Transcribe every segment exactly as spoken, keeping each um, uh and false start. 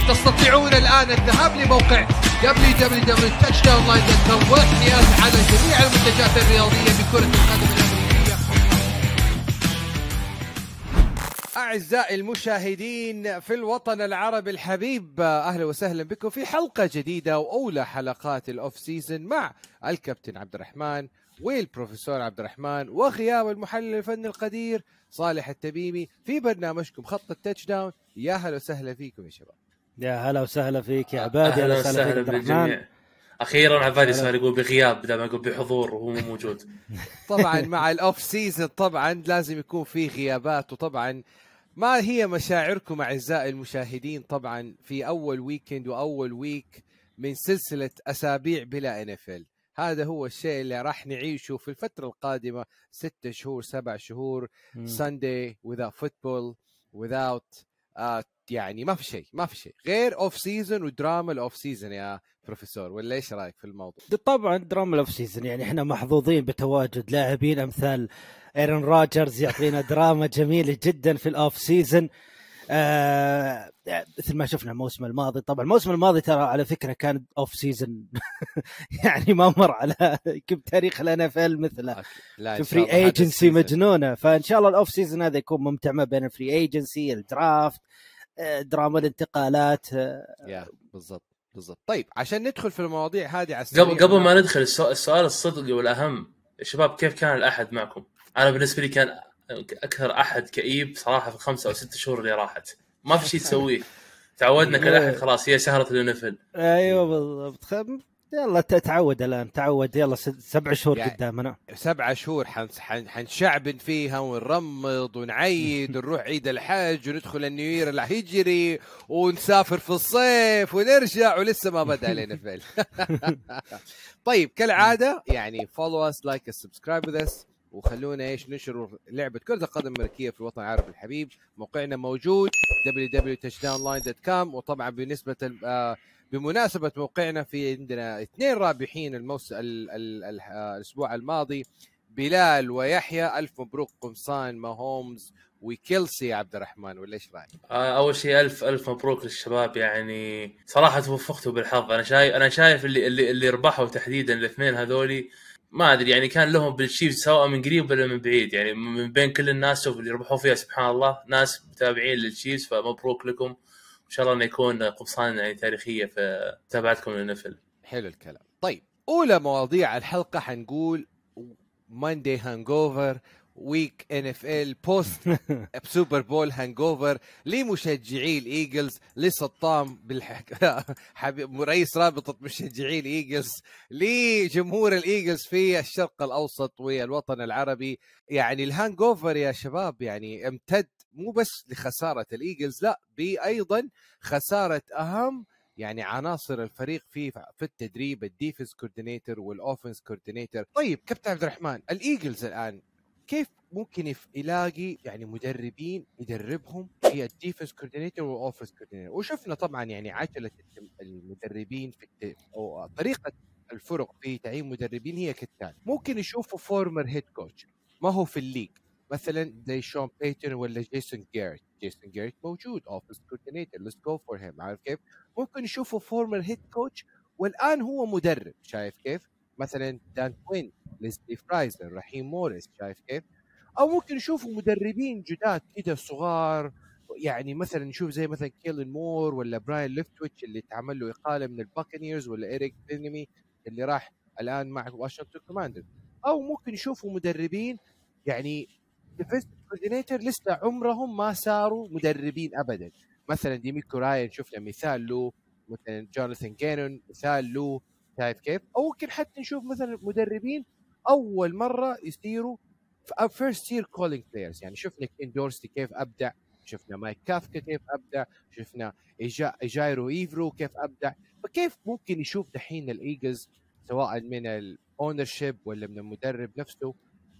تستطيعون الآن الذهاب لموقع دبليو دبليو دبليو دوت تاتشداون لاين دوت كوم والاحتياز على جميع المنتجات الرياضية بكرة القدم الأمريكية. أعزائي المشاهدين في الوطن العربي الحبيب، أهلا وسهلا بكم في حلقة جديدة وأولى حلقات الأوف سيزن مع الكابتن عبد الرحمن والبروفيسور عبد الرحمن وغياب المحلل الفني القدير صالح التبيمي في برنامجكم خط التاتش داون. يا هلا وسهلا فيكم يا شباب. يا هلا وسهلا فيك يا عبادي. اهلا وسهلا بالجميع. اخيرا عبادي صار يقول بغياب بدل ما يقول بحضور وهو مو موجود. طبعا مع الاوف سيزن طبعا لازم يكون في غيابات، وطبعا ما هي مشاعركم اعزائي المشاهدين طبعا في اول ويكند واول ويك من سلسله اسابيع بلا ان اف ال. هذا هو الشيء اللي راح نعيشه في الفتره القادمه، ستة شهور سبع شهور ساندي without football without آه يعني ما في شيء ما في شيء غير اوف سيزون ودراما الاوف سيزون يا بروفيسور، ولا ايش رايك في الموضوع؟ طبعا دراما الاوف سيزون، يعني احنا محظوظين بتواجد لاعبين امثال ايرون راجرز يعطينا دراما جميله جدا في الاوف سيزون. آه مثل ما شفنا الموسم الماضي. طبعا الموسم الماضي ترى على فكره كان اوف سيزون يعني ما مر على كم تاريخ الان اف ال مثله في فري ايجنسي مجنونه. فان شاء الله الاوف سيزون هذا يكون ممتع ما بين الفري ايجنسي الدرافت دراما الانتقالات. يا بالضبط بالضبط. طيب عشان ندخل في المواضيع هذه على قبل قبل ما ندخل السؤال الصدقي والاهم، الشباب كيف كان الاحد معكم؟ انا بالنسبه لي كان اكثر احد كئيب صراحه في الخمسة او ست شهور اللي راحت. ما في شيء تسويه، تعودنا كل احد خلاص هي سهره النفل. ايوه بالضبط. يلا تتعود الان، تعود. يلا سبع شهور يعني قدامنا، سبع شهور حنشعبن فيها ونرمض ونعيد ونروح عيد الحج وندخل النيوير الهجري ونسافر في الصيف ونرجع ولسه ما بدأ لنا فيل. طيب كالعادة يعني follow us like us subscribe with us، وخلونا ايش ننشر لعبة كرة القدم الأمريكية في الوطن العربي الحبيب. موقعنا موجود دبليو دبليو دوت تاتشداون لاين دوت كوم. وطبعا بالنسبة آه بمناسبة موقعنا في عندنا اثنين رابحين الموس... ال... ال... ال... الأسبوع الماضي، بلال ويحيى. ألف مبروك قمصان ماهومز وكيلسي يا عبد الرحمن، ولا ايش رايك؟ أول شيء ألف ألف مبروك للشباب، يعني صراحة توفقتوا بالحظ. أنا شايف أنا شايف اللي اللي, اللي ربحوا تحديدا الاثنين هذولي ما أدري، يعني كان لهم بالشيف سواء من قريب ولا من بعيد، يعني من بين كل الناس اللي ربحوا فيها سبحان الله ناس متابعين للشيفز، فمبروك لكم. إن شاء الله أن يكون قمصان يعني تاريخية في تابعتكم للنفل. حلو الكلام. طيب أولى مواضيع الحلقة حنقول ماندي هانجوفر، ويك ان اف ال، بوست سوبر بول هانجوفر لمشجعي الايجلز، لسطام بالحق حبيب رئيس رابطة مشجعي الايجلز، لجمهور الايجلز في الشرق الاوسط والوطن العربي. يعني الهانجوفر يا شباب يعني امتد مو بس لخسارة الايجلز، لا بايضا خسارة اهم يعني عناصر الفريق في في التدريب، الديفنس كوردينيتور والاوفنس كوردينيتور. طيب كابتن عبد الرحمن، الايجلز الان كيف ممكن يلاقي يعني مدربين يدربهم في الديفنس كوردينيتور والاوفنس كوردينيتور؟ وشفنا طبعا يعني عجله المدربين في الت... او طريقه الفرق في تعيين مدربين هي كالتالي. ممكن يشوفوا فورمر هيد كوتش ما هو في الليج، مثلا زي شون بيتون ولا جيسون جيرت. جيسون جيرت موجود اوفنس كوردينيتور، ليتس جو فور هيم. عارف كيف؟ ممكن يشوفوا فورمر هيد كوتش والان هو مدرب، شايف كيف؟ مثلا دان كوين، ليسلي فرايزر، رحيم موريس، شايف كيف؟ او ممكن نشوفوا مدربين جداد كده صغار، يعني مثلا نشوف زي مثلا كيلن مور ولا براين ليفتويتش اللي تعمل له اقاله من الباكنيرز، ولا إيريك بينجمي اللي راح الان مع واشنطن كوماندرز. او ممكن يشوفوا مدربين يعني ديفنسيف كوردينيتور لسه عمرهم ما صاروا مدربين ابدا، مثلا ديميكو راين شفنا مثال له، مثلا جوناثان جينون مثال له، شايف كيف؟ او ممكن حتى نشوف مثلا مدربين اول مره يصيروا فيرست يير كولينج بلايرز. يعني شفنا كين دورسي كيف ابدع، شفنا مايك كافكا كيف ابدع، شفنا إيجا إيجايرو إيفرو كيف ابدع. فكيف ممكن يشوف دحين الايجلز سواء من الاونرشيب ولا من المدرب نفسه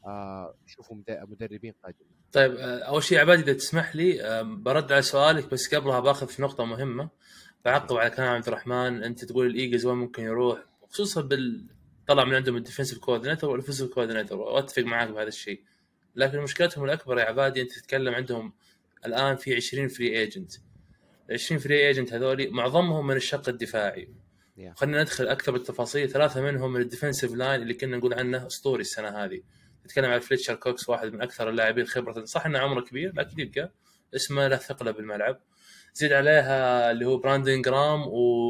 آه شوفوا مدربين قادمين؟ طيب اول شيء عبادي اذا تسمح لي برد على سؤالك، بس قبلها باخذ في نقطه مهمه بعقب على كلام عبد الرحمن. انت تقول الايجلز وين ممكن يروح، خصوصا بال طلع من عندهم الديفنسيف كوردينيتور والاوفنسيف كوردينيتور، واتفق معاك بهذا الشيء. لكن مشكلتهم الاكبر يا عبادي انت تتكلم عندهم الان في عشرين فري ايجنت. عشرين فري ايجنت هذولي معظمهم من الشق الدفاعي. Yeah. خلينا ندخل اكثر بالتفاصيل. ثلاثه منهم من الديفنسيف لاين اللي كنا نقول عنه اسطوري السنه هذه. نتكلم عن فليتشر كوكس، واحد من اكثر اللاعبين خبره، صح انه عمره كبير لكن يبقى اسمه له ثقله بالملعب. زيد عليها اللي هو براندن جرام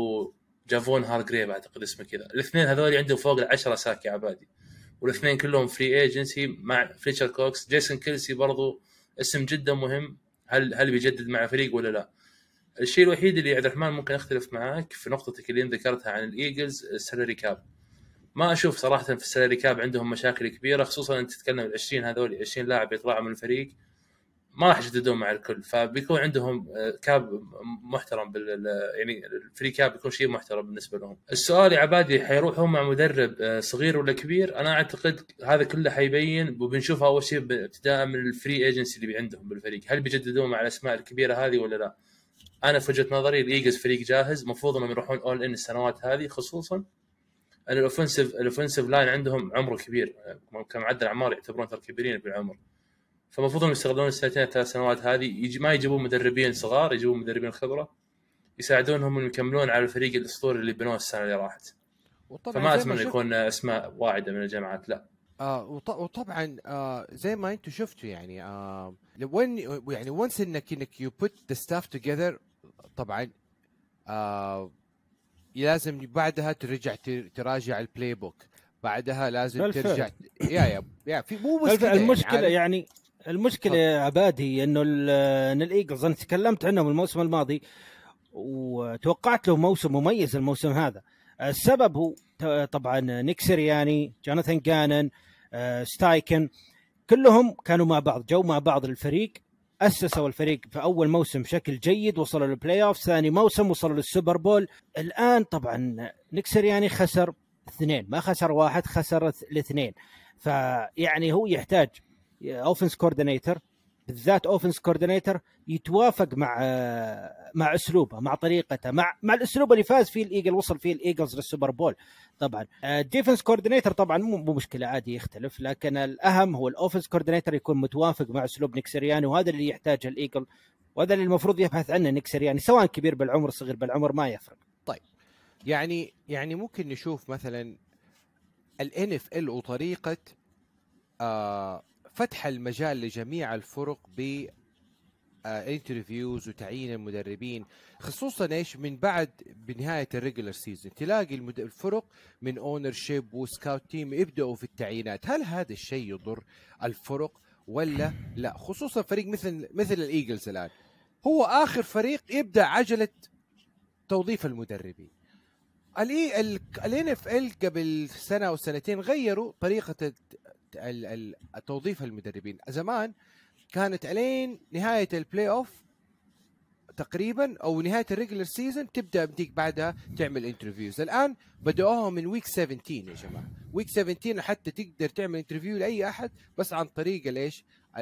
وجافون هارغريف اعتقد اسمه كذا. الاثنين هذول عندهم فوق العشرة ساك يا عبادي، والاثنين كلهم فري ايجنسي مع فليتشر كوكس. جيسون كيلسي برضو اسم جدا مهم، هل هل بيجدد مع فريق ولا لا؟ الشيء الوحيد اللي عبد الرحمن ممكن اختلف معاك في نقطتك اللي ذكرتها عن الايجلز السالري كاب. ما اشوف صراحه في السالري كاب عندهم مشاكل كبيره، خصوصا انت تتكلم ال عشرين هذول عشرين لاعب يطلعوا من الفريق ما راح يجددون مع الكل، فبيكون عندهم كاب محترم بال يعني الفري كاب بيكون شيء محترم بالنسبه لهم. السؤال يا عبادي حيروحوا مع مدرب صغير ولا كبير؟ انا اعتقد هذا كله حيبين وبنشوفها اول شيء ابتداء من الفري ايجنسي اللي عندهم بالفريق، هل بيجددون مع الاسماء الكبيره هذه ولا لا. انا في وجهه نظري الايجلز فريق جاهز، مفروض انهم يروحون اول ان السنوات هذه، خصوصا ان الاوفنسيف الاوفنسيف لاين عندهم عمره كبير، كمعدل اعمار يعتبرون ترى كبيرين بالعمر، فمفروض انهم يستغلون السنتين ثلاث سنوات هذه يجي ما يجيبون مدربين صغار، يجيبون مدربين خبره يساعدونهم انهم يكملون على الفريق الاسطوري اللي بنوه السنه اللي راحت. فما اتمنى يكون اسماء واعده من الجامعات لا. آه وطبعا آه زي ما انتم شفتوا يعني آه وين يعني وانس انك انك يو بوت ذا ستاف توجذر، طبعا آه لازم بعدها ترجع تراجع البلاي بوك، بعدها لازم بالفعل. ترجع يا يا يا في مو بس المشكله يعني, يعني المشكله يا عبادي انه ان الايجلز انا تكلمت عنهم الموسم الماضي وتوقعت له موسم مميز الموسم هذا. السبب هو طبعا نيك سيرياني، جوناثان جانن، ستايكن، كلهم كانوا مع بعض، جو مع بعض الفريق، أسسوا الفريق في أول موسم بشكل جيد، وصلوا للبلاي أوف، ثاني موسم وصلوا للسوبر بول. الآن طبعا نيك سيرياني خسر اثنين، ما خسر واحد، خسر الاثنين. فيعني هو يحتاج أوفنس كوردينيتر، بالذات أوفنس كوردينيتر يتوافق مع مع أسلوبه، مع طريقته، مع مع الأسلوب اللي فاز فيه الإيجل، وصل فيه الإيجلز للسوبر بول. طبعا الديفنس كوردينيتر طبعا مو مشكلة عادي يختلف، لكن الأهم هو الأوفنس كوردينيتر يكون متوافق مع أسلوب نيك سيرياني، وهذا اللي يحتاجه الإيجل، وهذا اللي المفروض يبحث عنه نيك سيرياني، سواء كبير بالعمر صغير بالعمر ما يفرق. طيب يعني يعني ممكن نشوف مثلا ال إن إف إل وطريقة آه فتح المجال لجميع الفرق ب انترفيوز وتعيين المدربين، خصوصا ايش من بعد بنهايه الريجولر سيزون تلاقي الفرق من اونر شيب وسكاوت تيم يبداوا في التعيينات. هل هذا الشيء يضر الفرق ولا لا؟ خصوصا فريق مثل مثل الايجلز الان هو اخر فريق يبدا عجله توظيف المدربين. الاي الان اف ال قبل سنه او سنتين غيروا طريقه توظيف المدربين. زمان كانت علين نهاية البلاي أوف تقريبا أو نهاية الريجولر سيزون تبدأ بديك بعدها تعمل انترفيوز. الآن بدأوها من ويك سبعة عشر يا جماعة، ويك سبعة عشر حتى تقدر تعمل انترفيو لأي أحد بس عن طريق ليش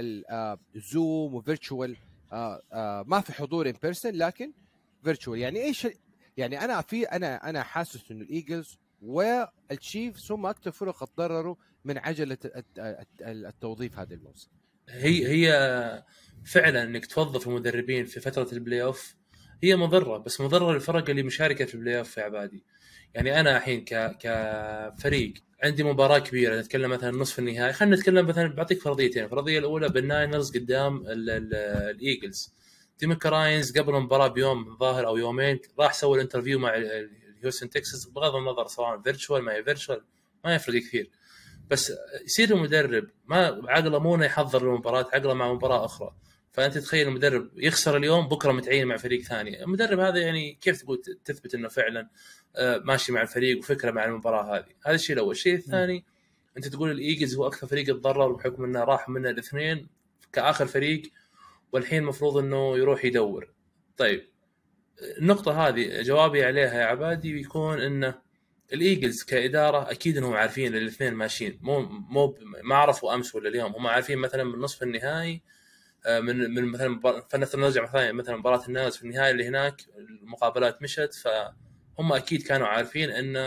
الزوم وفيرتشوال، ما في حضور ان بيرسون لكن فيرتشوال. يعني ايش يعني انا في انا انا حاسس انه الايجلز والتشيفز هم اكثر فرق تضرروا من عجلة التوظيف هذا الموسم. هي هي فعلا انك توظف المدربين في فتره البلاي اوف هي مضره، بس مضره للفرق اللي مشاركه في البلاي اوف يا عبادي. يعني انا الحين ك كفريق عندي مباراه كبيره، نتكلم مثلا نصف النهائي، خلينا نتكلم مثلا بعطيك فرضيتين. الفرضيه الاولى بالناينرز قدام الايجلز، تيمك راينز قبل المباراه بيوم ظاهر او يومين راح سوى الانترفيو مع الهيوستن تكساس، بغض النظر سواء فيرتشوال ما هي فيرتشوال ما يفرق كثير، بس يصير المدرب ما عقله مو يحضر المباراة، عقله مع مباراة أخرى. فأنت تخيل المدرب يخسر اليوم بكرة متعين مع فريق ثاني. المدرب هذا يعني كيف تقول تثبت إنه فعلا ماشي مع الفريق وفكرة مع المباراة هذه؟ هذا الشيء الأول. الشيء الثاني أنت تقول الإيجلز هو أكثر فريق يتضرر بحكم إنه راح منه الاثنين كآخر فريق، والحين مفروض إنه يروح يدور. طيب النقطة هذه جوابي عليها يا عبادي بيكون إنه الايجلز كاداره اكيد انهم عارفين الاثنين ماشيين، مو مو ما عرفوا امس ولا اليوم، هم عارفين مثلا من نصف النهائي من من مثلا فنرجع مثلا مثلا مباراه الناس في النهائي اللي هناك المقابلات مشت، فهم اكيد كانوا عارفين ان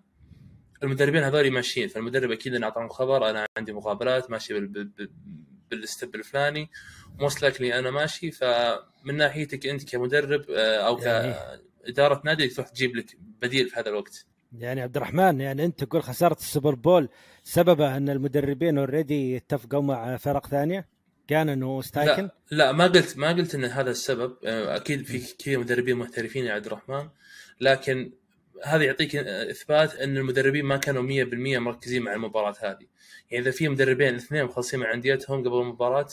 المدربين هذول ماشيين. فالمدرب اكيد انه اعطاهم خبر انا عندي مقابلات ماشي بالستيب الفلاني موست لايكلي انا ماشي. فمن ناحيتك انت كمدرب او كاداره نادي تروح تجيب لك بديل في هذا الوقت. يعني عبد الرحمن، يعني انت تقول خساره السوبر بول سببه ان المدربين اوريدي اتفقوا مع فرق ثانيه كان وستايكن؟ لا لا ما قلت ما قلت ان هذا السبب. اكيد في كثير مدربين محترفين يا عبد الرحمن، لكن هذا يعطيك اثبات ان المدربين ما كانوا مية بالمية مركزين مع المباراه هذه. يعني اذا في مدربين اثنين مخلصين مع انديتهم قبل المباراه،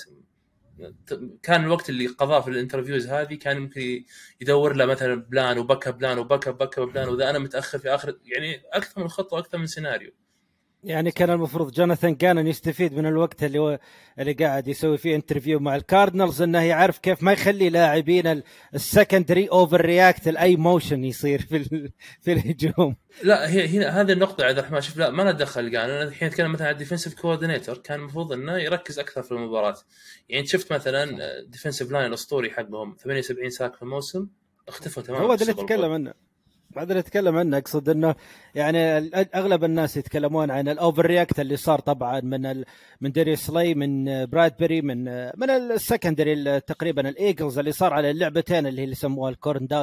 كان الوقت اللي قضاه في الانترفيوز هذه كان ممكن يدور له مثلا بلان وباك بلان وباك باك بلان، واذا انا متاخر في اخر يعني اكثر من خطوه واكثر من سيناريو. يعني كان المفروض جوناثان كان يستفيد من الوقت اللي هو اللي قاعد يسوي فيه انترفيو مع الكاردينالز، انه يعرف كيف ما يخلي لاعبين السكندري اوفر رياكت لاي موشن يصير في في الهجوم. لا هي هنا هذه النقطه عبد الرحمن. شوف لا ما ندخل قال انا الحين اتكلم مثلا عن الديفنسيف كوردينيتور، كان المفروض انه يركز اكثر في المباراه. يعني شفت مثلا ديفنسيف لاين الاسطوري حقهم ثمانية وسبعين ساك في الموسم اختفى تماما. هو ده اللي نتكلم عنه، بعد نتكلم عنه. اقصد انه يعني اغلب الناس يتكلمون عن الاوفر رياكت اللي صار طبعا من ال... من ديريس لي، من برادبري، من من السكندري تقريبا الايجلز اللي صار على اللعبتين اللي اللي سموها الكورن داغ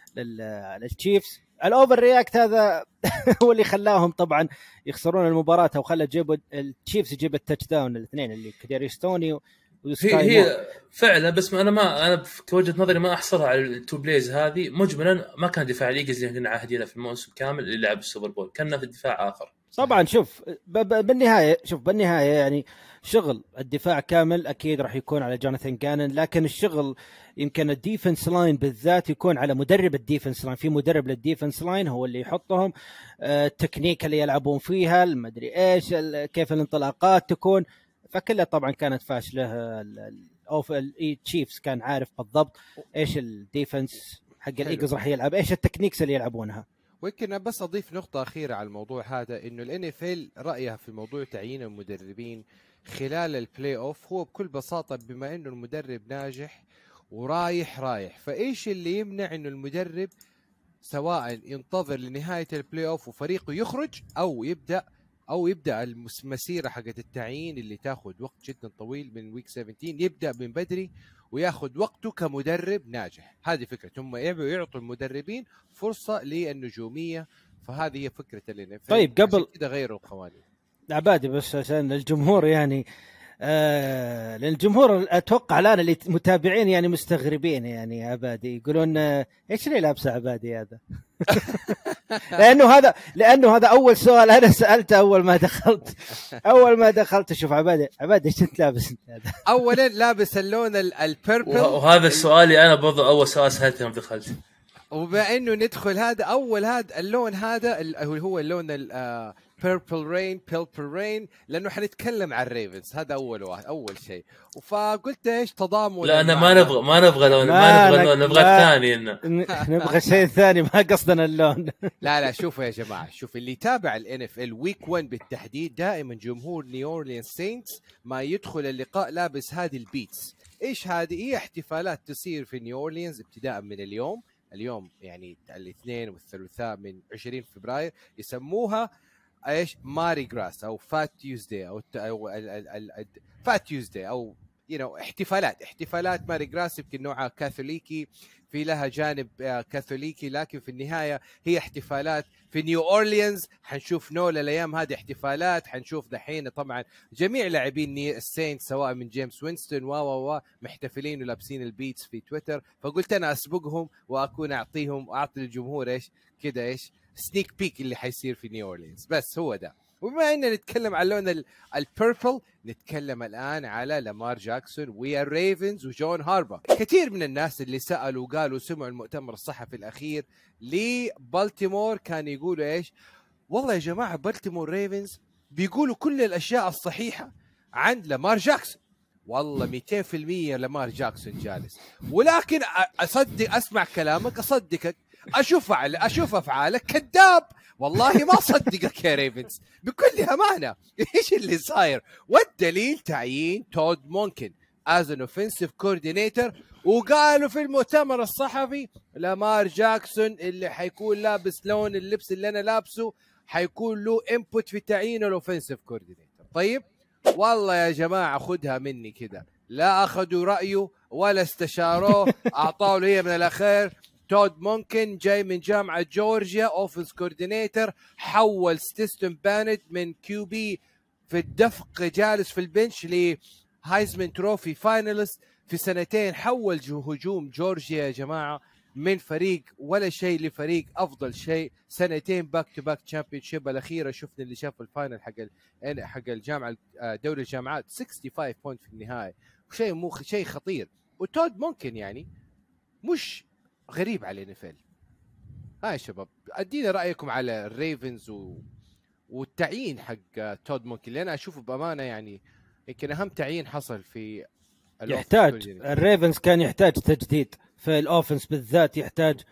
للتشيفز. الاوفر رياكت هذا هو اللي خلاهم طبعا يخسرون المباراه، وخلى جيبوا التشيفز يجيب التاتش داون الاثنين اللي كديريس توني. هي هي فعلا، بس ما انا ما انا في وجهه نظري ما احصرها على التو بلايز هذه. مجملا ما كان دفاع الايجلز اللي كنا عاهدينه في الموسم كامل اللي لعب السوبر بول، كنا في الدفاع اخر. طبعا شوف بالنهايه شوف بالنهايه يعني شغل الدفاع كامل اكيد راح يكون على جوناثان كانن، لكن الشغل يمكن الديفنس لاين بالذات يكون على مدرب الديفنس لاين. في مدرب للديفنس لاين هو اللي يحطهم، التكنيك اللي يلعبون فيها، المدري ايش، كيف الانطلاقات تكون. فكلها طبعا كانت فاشله. الاوف التشيفز كان عارف بالضبط ايش الديفنس حق الايجلز راح يلعب، ايش التكنيكس اللي يلعبونها. ويمكن بس اضيف نقطه اخيره على الموضوع هذا، انه الان اف ال رايها في موضوع تعيين المدربين خلال البلاي اوف هو بكل بساطه بما انه المدرب ناجح ورايح رايح، فايش اللي يمنع انه المدرب سواء ينتظر لنهايه البلاي اوف وفريقه يخرج او يبدا او يبدا المسيره حقت التعيين اللي تاخذ وقت جدا طويل من ويك سبعة عشر، يبدا من بدري وياخذ وقته كمدرب ناجح. هذه فكره، هم يبغوا يعطوا المدربين فرصه للنجوميه، فهذه هي فكره اللي طيب قبل كده غيروا القوانين عبادي بس عشان الجمهور يعني آه لان الجمهور اتوقع الان اللي متابعين يعني مستغربين يعني عبادي يقولون آه ايش اللي لابسه عبادي هذا؟ لانه هذا لانه هذا اول سؤال انا سالته اول ما دخلت اول ما دخلت اشوف عبادي عبادي ايش انت لابس هذا؟ اولا لابس اللون البيربل، وهذا السؤالي انا برضه اول سؤال سالته يوم دخلت. وبما انه ندخل هذا اول هذا اللون هذا اللي هو اللون ال بيربل رين بيربل رين لانه حنتكلم عن الريفنز، هذا اول واحد اول شيء. فقلت ايش تضامن؟ لا انا ما نبغى ما نبغى لون ما نبغى لون نبغى الثاني انه نبغى شيء ثاني، ما قصدنا اللون. لا لا شوفوا يا جماعه، شوف اللي يتابع الان اف ال ويك واحد بالتحديد دائما جمهور نيو اورليانز سينتس ما يدخل اللقاء لابس هذه البيتس. ايش هذه؟ هي احتفالات تصير في نيو اورليانز ابتداء من اليوم اليوم يعني الاثنين والثلاثاء من عشرين فبراير، يسموها ايش؟ ماري جراس او فات تيوزداي او او فات تيوزداي او يو نو احتفالات احتفالات ماري جراس. يمكن نوعها كاثوليكي، في لها جانب كاثوليكي، لكن في النهايه هي احتفالات في نيو اورليانز. حنشوف نولا الايام هذه احتفالات، حنشوف دحين طبعا جميع لاعبين السينت سواء من جيمس وينستون و و محتفلين ولابسين البيتس في تويتر. فقلت انا اسبقهم واكون اعطيهم واعطي الجمهور ايش كده ايش سنيك بيك اللي حيصير في نيو اورليانز. بس هو ده. وبما اننا نتكلم عن اللون البيربل، نتكلم الان على لامار جاكسون ويا ريفنز وجون هاربر. كثير من الناس اللي سالوا وقالوا سمعوا المؤتمر الصحفي الاخير لبالتيمور كان يقولوا ايش؟ والله يا جماعه بالتيمور ريفنز بيقولوا كل الاشياء الصحيحه عن لامار جاكسون. والله مئتين بالمئة لامار جاكسون جالس، ولكن اصدق اسمع كلامك اصدقك، اشوف اشوف افعالك كذاب. والله ما صدقك يا ريفنز بكل امانه. ايش اللي صاير؟ والدليل تعيين تود مونكن از ان اوفنسيف كوردينيتور، وقالوا في المؤتمر الصحفي لامار جاكسون اللي حيكون لابس لون اللبس اللي انا لابسه حيكون له انبوت في تعيين الاوفنسيف كوردينيتور. طيب والله يا جماعه خدها مني كده، لا اخذوا رايه ولا استشاروه، اعطاه له هي من الاخير. تود مونكن جاي من جامعه جورجيا، اوفنس كوردينيتور، حول ستيستون بانت من كيو بي في الدفق جالس في البنش لهايزمن تروفي فاينلست في سنتين، حول هجوم جورجيا يا جماعه من فريق ولا شيء لفريق افضل شيء. سنتين باك تو باك تشامبيونشيب، الاخيره شفنا اللي شاف الفاينل حق حق الجامعه دوري الجامعات خمسة وستين بوينت في النهايه، شيء مو شيء خطير. وتود ممكن يعني مش غريب على نفل. هاي شباب ادينا رايكم على الريفنز و... والتعيين حق تود ممكن، لان اشوفه بامانه يعني يمكن اهم تعيين حصل في يحتاج الريفنز، كان يحتاج تجديد في الاوفنس بالذات، يحتاج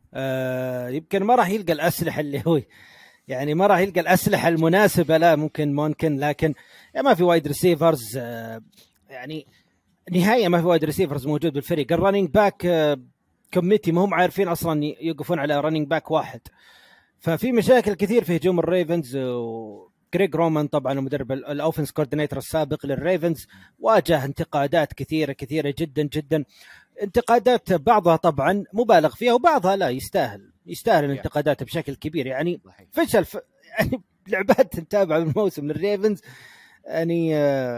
آه يمكن ما راح يلقى الاسلحه اللي هو يعني ما راح يلقى الاسلحه المناسبه، لا ممكن ممكن لكن ما في وايد ريسيفرز آه يعني نهايه ما في وايد ريسيفرز موجود بالفريق. الرننج باك آه كوميتي ما هم عارفين اصلا يوقفون على رننج باك واحد، ففي مشاكل كثير في هجوم الريفنز. وغريج رومان طبعا المدرب الاوفنس كوردينيتور السابق للريفنز واجه انتقادات كثيره كثيره جدا جدا، انتقادات بعضها طبعا مبالغ فيها وبعضها لا يستاهل يستاهل الانتقادات بشكل كبير. يعني فشل ف... يعني لعبات نتابع الموسم للريفنز يعني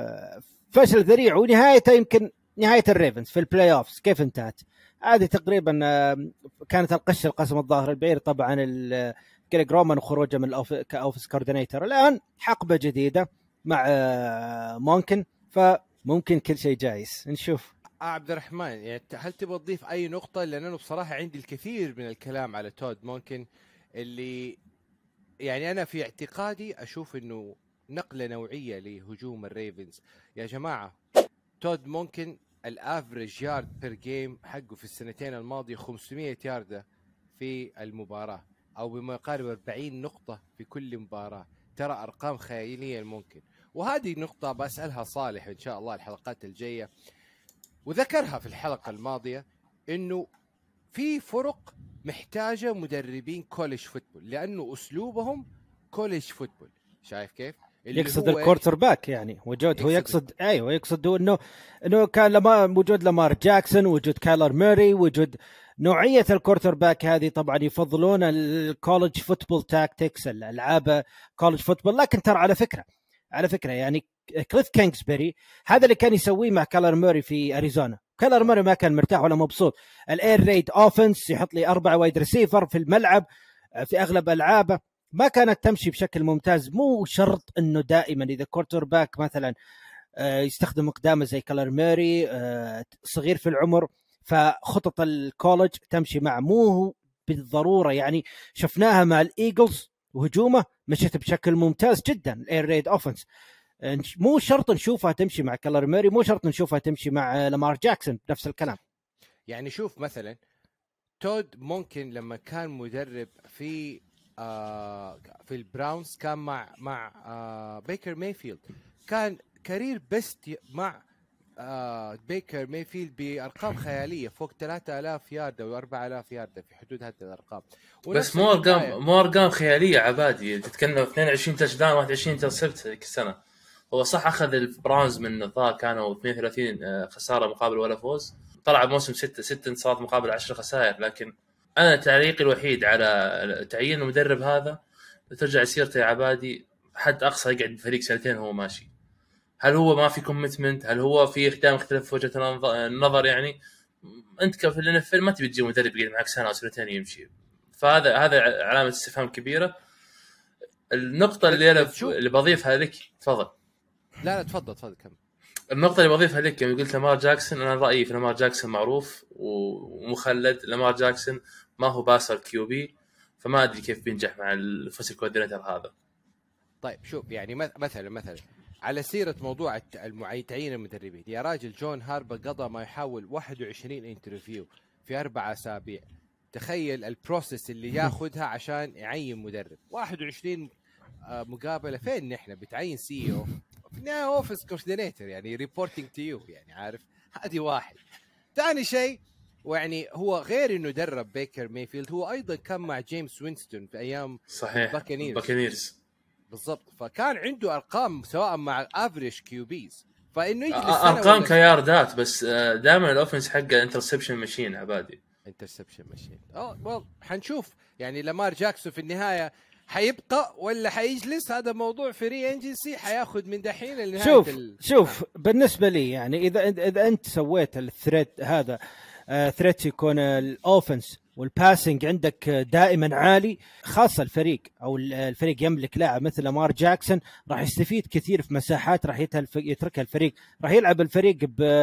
فشل ذريع، ونهايته يمكن نهايه الريفنز في البلاي اوفز كيف انتهت. هذه تقريبا كانت القشه القسم الظاهر البعير طبعا جريج رومان وخروجه من الاوفيس كوردينيتور. الان حقبه جديده مع ممكن، فممكن كل شيء جايز نشوف. عبد الرحمن يعني هل تبغى تضيف اي نقطه؟ لان انا بصراحه عندي الكثير من الكلام على تود ممكن، اللي يعني انا في اعتقادي اشوف انه نقله نوعيه لهجوم الريفنز يا جماعه. تود ممكن الافريج يارد بير جيم حقه في السنتين الماضيه خمسمية ياردة في المباراه، او بما يقارب أربعين نقطه في كل مباراه. ترى ارقام خياليه ممكن. وهذه نقطه بسالها صالح ان شاء الله الحلقات الجايه، وذكرها في الحلقه الماضيه انه في فرق محتاجه مدربين كوليج فوتبول لانه اسلوبهم كوليج فوتبول. شايف كيف؟ يقصد الكورتر باك يعني وجود، هو يقصد ايوه يقصد انه انه كان لما وجود لامار جاكسون، وجود كايلر موري، وجود نوعيه الكورتر باك هذه طبعا يفضلون الكوليج فوتبول تاكتكس، الالعاب كوليج فوتبول. لكن ترى على فكره على فكره يعني كليف كينغسبري هذا اللي كان يسويه مع كايلر موري في اريزونا. كايلر موري ما كان مرتاح ولا مبسوط. الاير ريد اوفنس يحط لي اربعه وايد ريسيفر في الملعب في اغلب العابه، ما كانت تمشي بشكل ممتاز. مو شرط انه دائما اذا كورتر باك مثلا يستخدم اقدامه زي كالر ميري صغير في العمر فخطط الكولج تمشي معه، مو بالضروره. يعني شفناها مع الايجلز وهجومه مشت بشكل ممتاز جدا الاير ريد اوفنس، مو شرط نشوفها تمشي مع كالر ميري، مو شرط نشوفها تمشي مع لامار جاكسون نفس الكلام. يعني شوف مثلا تود ممكن لما كان مدرب في آه في البراونز كان مع مع آه بيكر مايفيلد، كان كارير بيست مع آه بيكر مايفيلد بارقام خياليه فوق ثلاثة آلاف يارده و أربعة آلاف يارده في حدود هذه الارقام. بس مو ارقام مو ارقام خياليه عبادي، تتكلم اثنين وعشرين تاش داون واحد وعشرين انترسبت ذيك السنه. هو صح اخذ البراونز من الظاهر كانوا اثنين وثلاثين خساره مقابل ولا فوز، طلع بموسم ستة ستة انتصارات مقابل عشرة خسائر. لكن انا تعليقي الوحيد على تعيين المدرب هذا ترجع سيرته يا عبادي، حد اقصى يقعد بفريق سنتين هو ماشي. هل هو ما في كوميتمنت؟ هل هو في اختلاف مختلف في وجهه النظر؟ يعني انت كفل النفل ما تبي تجيب مدرب يقعد معك سنه او سنتين يمشي، فهذا هذا علامه استفهام كبيره. النقطه اللي انا اللي بضيفها لك تفضل. لا لا تفضل تفضل كم. النقطه اللي بضيفها لك يوم قلت لامار جاكسون، انا رايي في لامار جاكسون معروف ومخلد. لامار جاكسون ما هو باسر كيو بي، فما ادري كيف بينجح مع الفوسيل كوردينيتور هذا. طيب شوف يعني مثلا مثلا على سيره موضوع تعيين المدربين يا راجل، جون هاربر قضى ما يحاول واحد وعشرين انترفيو في اربع اسابيع. تخيل البروسيس اللي ياخذها عشان يعين مدرب. واحد وعشرين مقابله. فين نحن بتعين سي او في اوفيس كوردينيتور يعني ريبورتينج تو يو، يعني عارف. هذه واحد. ثاني شيء ويعني هو غير انه درب بيكر مايفيلد، هو ايضا كان مع جيمس وينستون في ايام صحيح باكانيرز. باكانيرز بالضبط. فكان عنده ارقام سواء مع افريج كيوبيز، فانه يجي ارقام كياردات بس دائما الاوفنس حقه انترسبشن ماشين عبادي انترسبشن ماشين. اه well, حنشوف يعني لامار جاكسون في النهايه حيبقى ولا حيجلس، هذا موضوع فري انجنسي حياخذ من دحين لنهايه. شوف ال... شوف بالنسبه لي يعني اذا اذا انت سويت الثريد هذا آه ثريد يكون الاوفنس والباسنج عندك دائما عالي، خاصه الفريق او الفريق يملك لاعب مثل لامار جاكسون، راح يستفيد كثير في مساحات راح يتركها الفريق، راح يلعب الفريق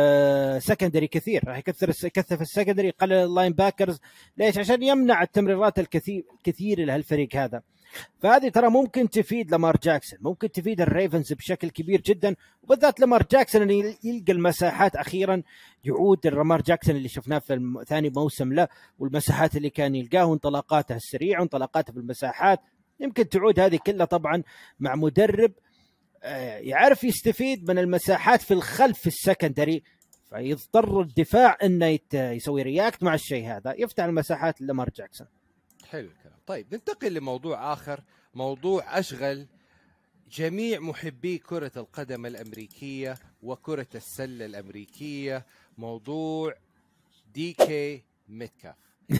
بسكندري كثير، راح يكثر يكثف السكندري، يقلل اللاين باكرز. ليش؟ عشان يمنع التمريرات الكثير كثير لهالفريق هذا. فهذه ترى ممكن تفيد لامار جاكسون، ممكن تفيد الريفنز بشكل كبير جدا، وبالذات لامار جاكسون اللي يلقى المساحات اخيرا، يعود لامار جاكسون اللي شفناه في ثاني موسم له، والمساحات اللي كان يلقاه وانطلاقاته السريعه وانطلاقاته في المساحات، يمكن تعود هذه كلها طبعا مع مدرب يعرف يستفيد من المساحات في الخلف في السكندري، فيضطر الدفاع انه يسوي رياكت مع الشيء هذا، يفتح المساحات لامار جاكسون. حلو الكلام. طيب ننتقل لموضوع آخر، موضوع أشغل جميع محبي كرة القدم الأمريكية وكرة السلة الأمريكية، موضوع دي كي ميتكاف.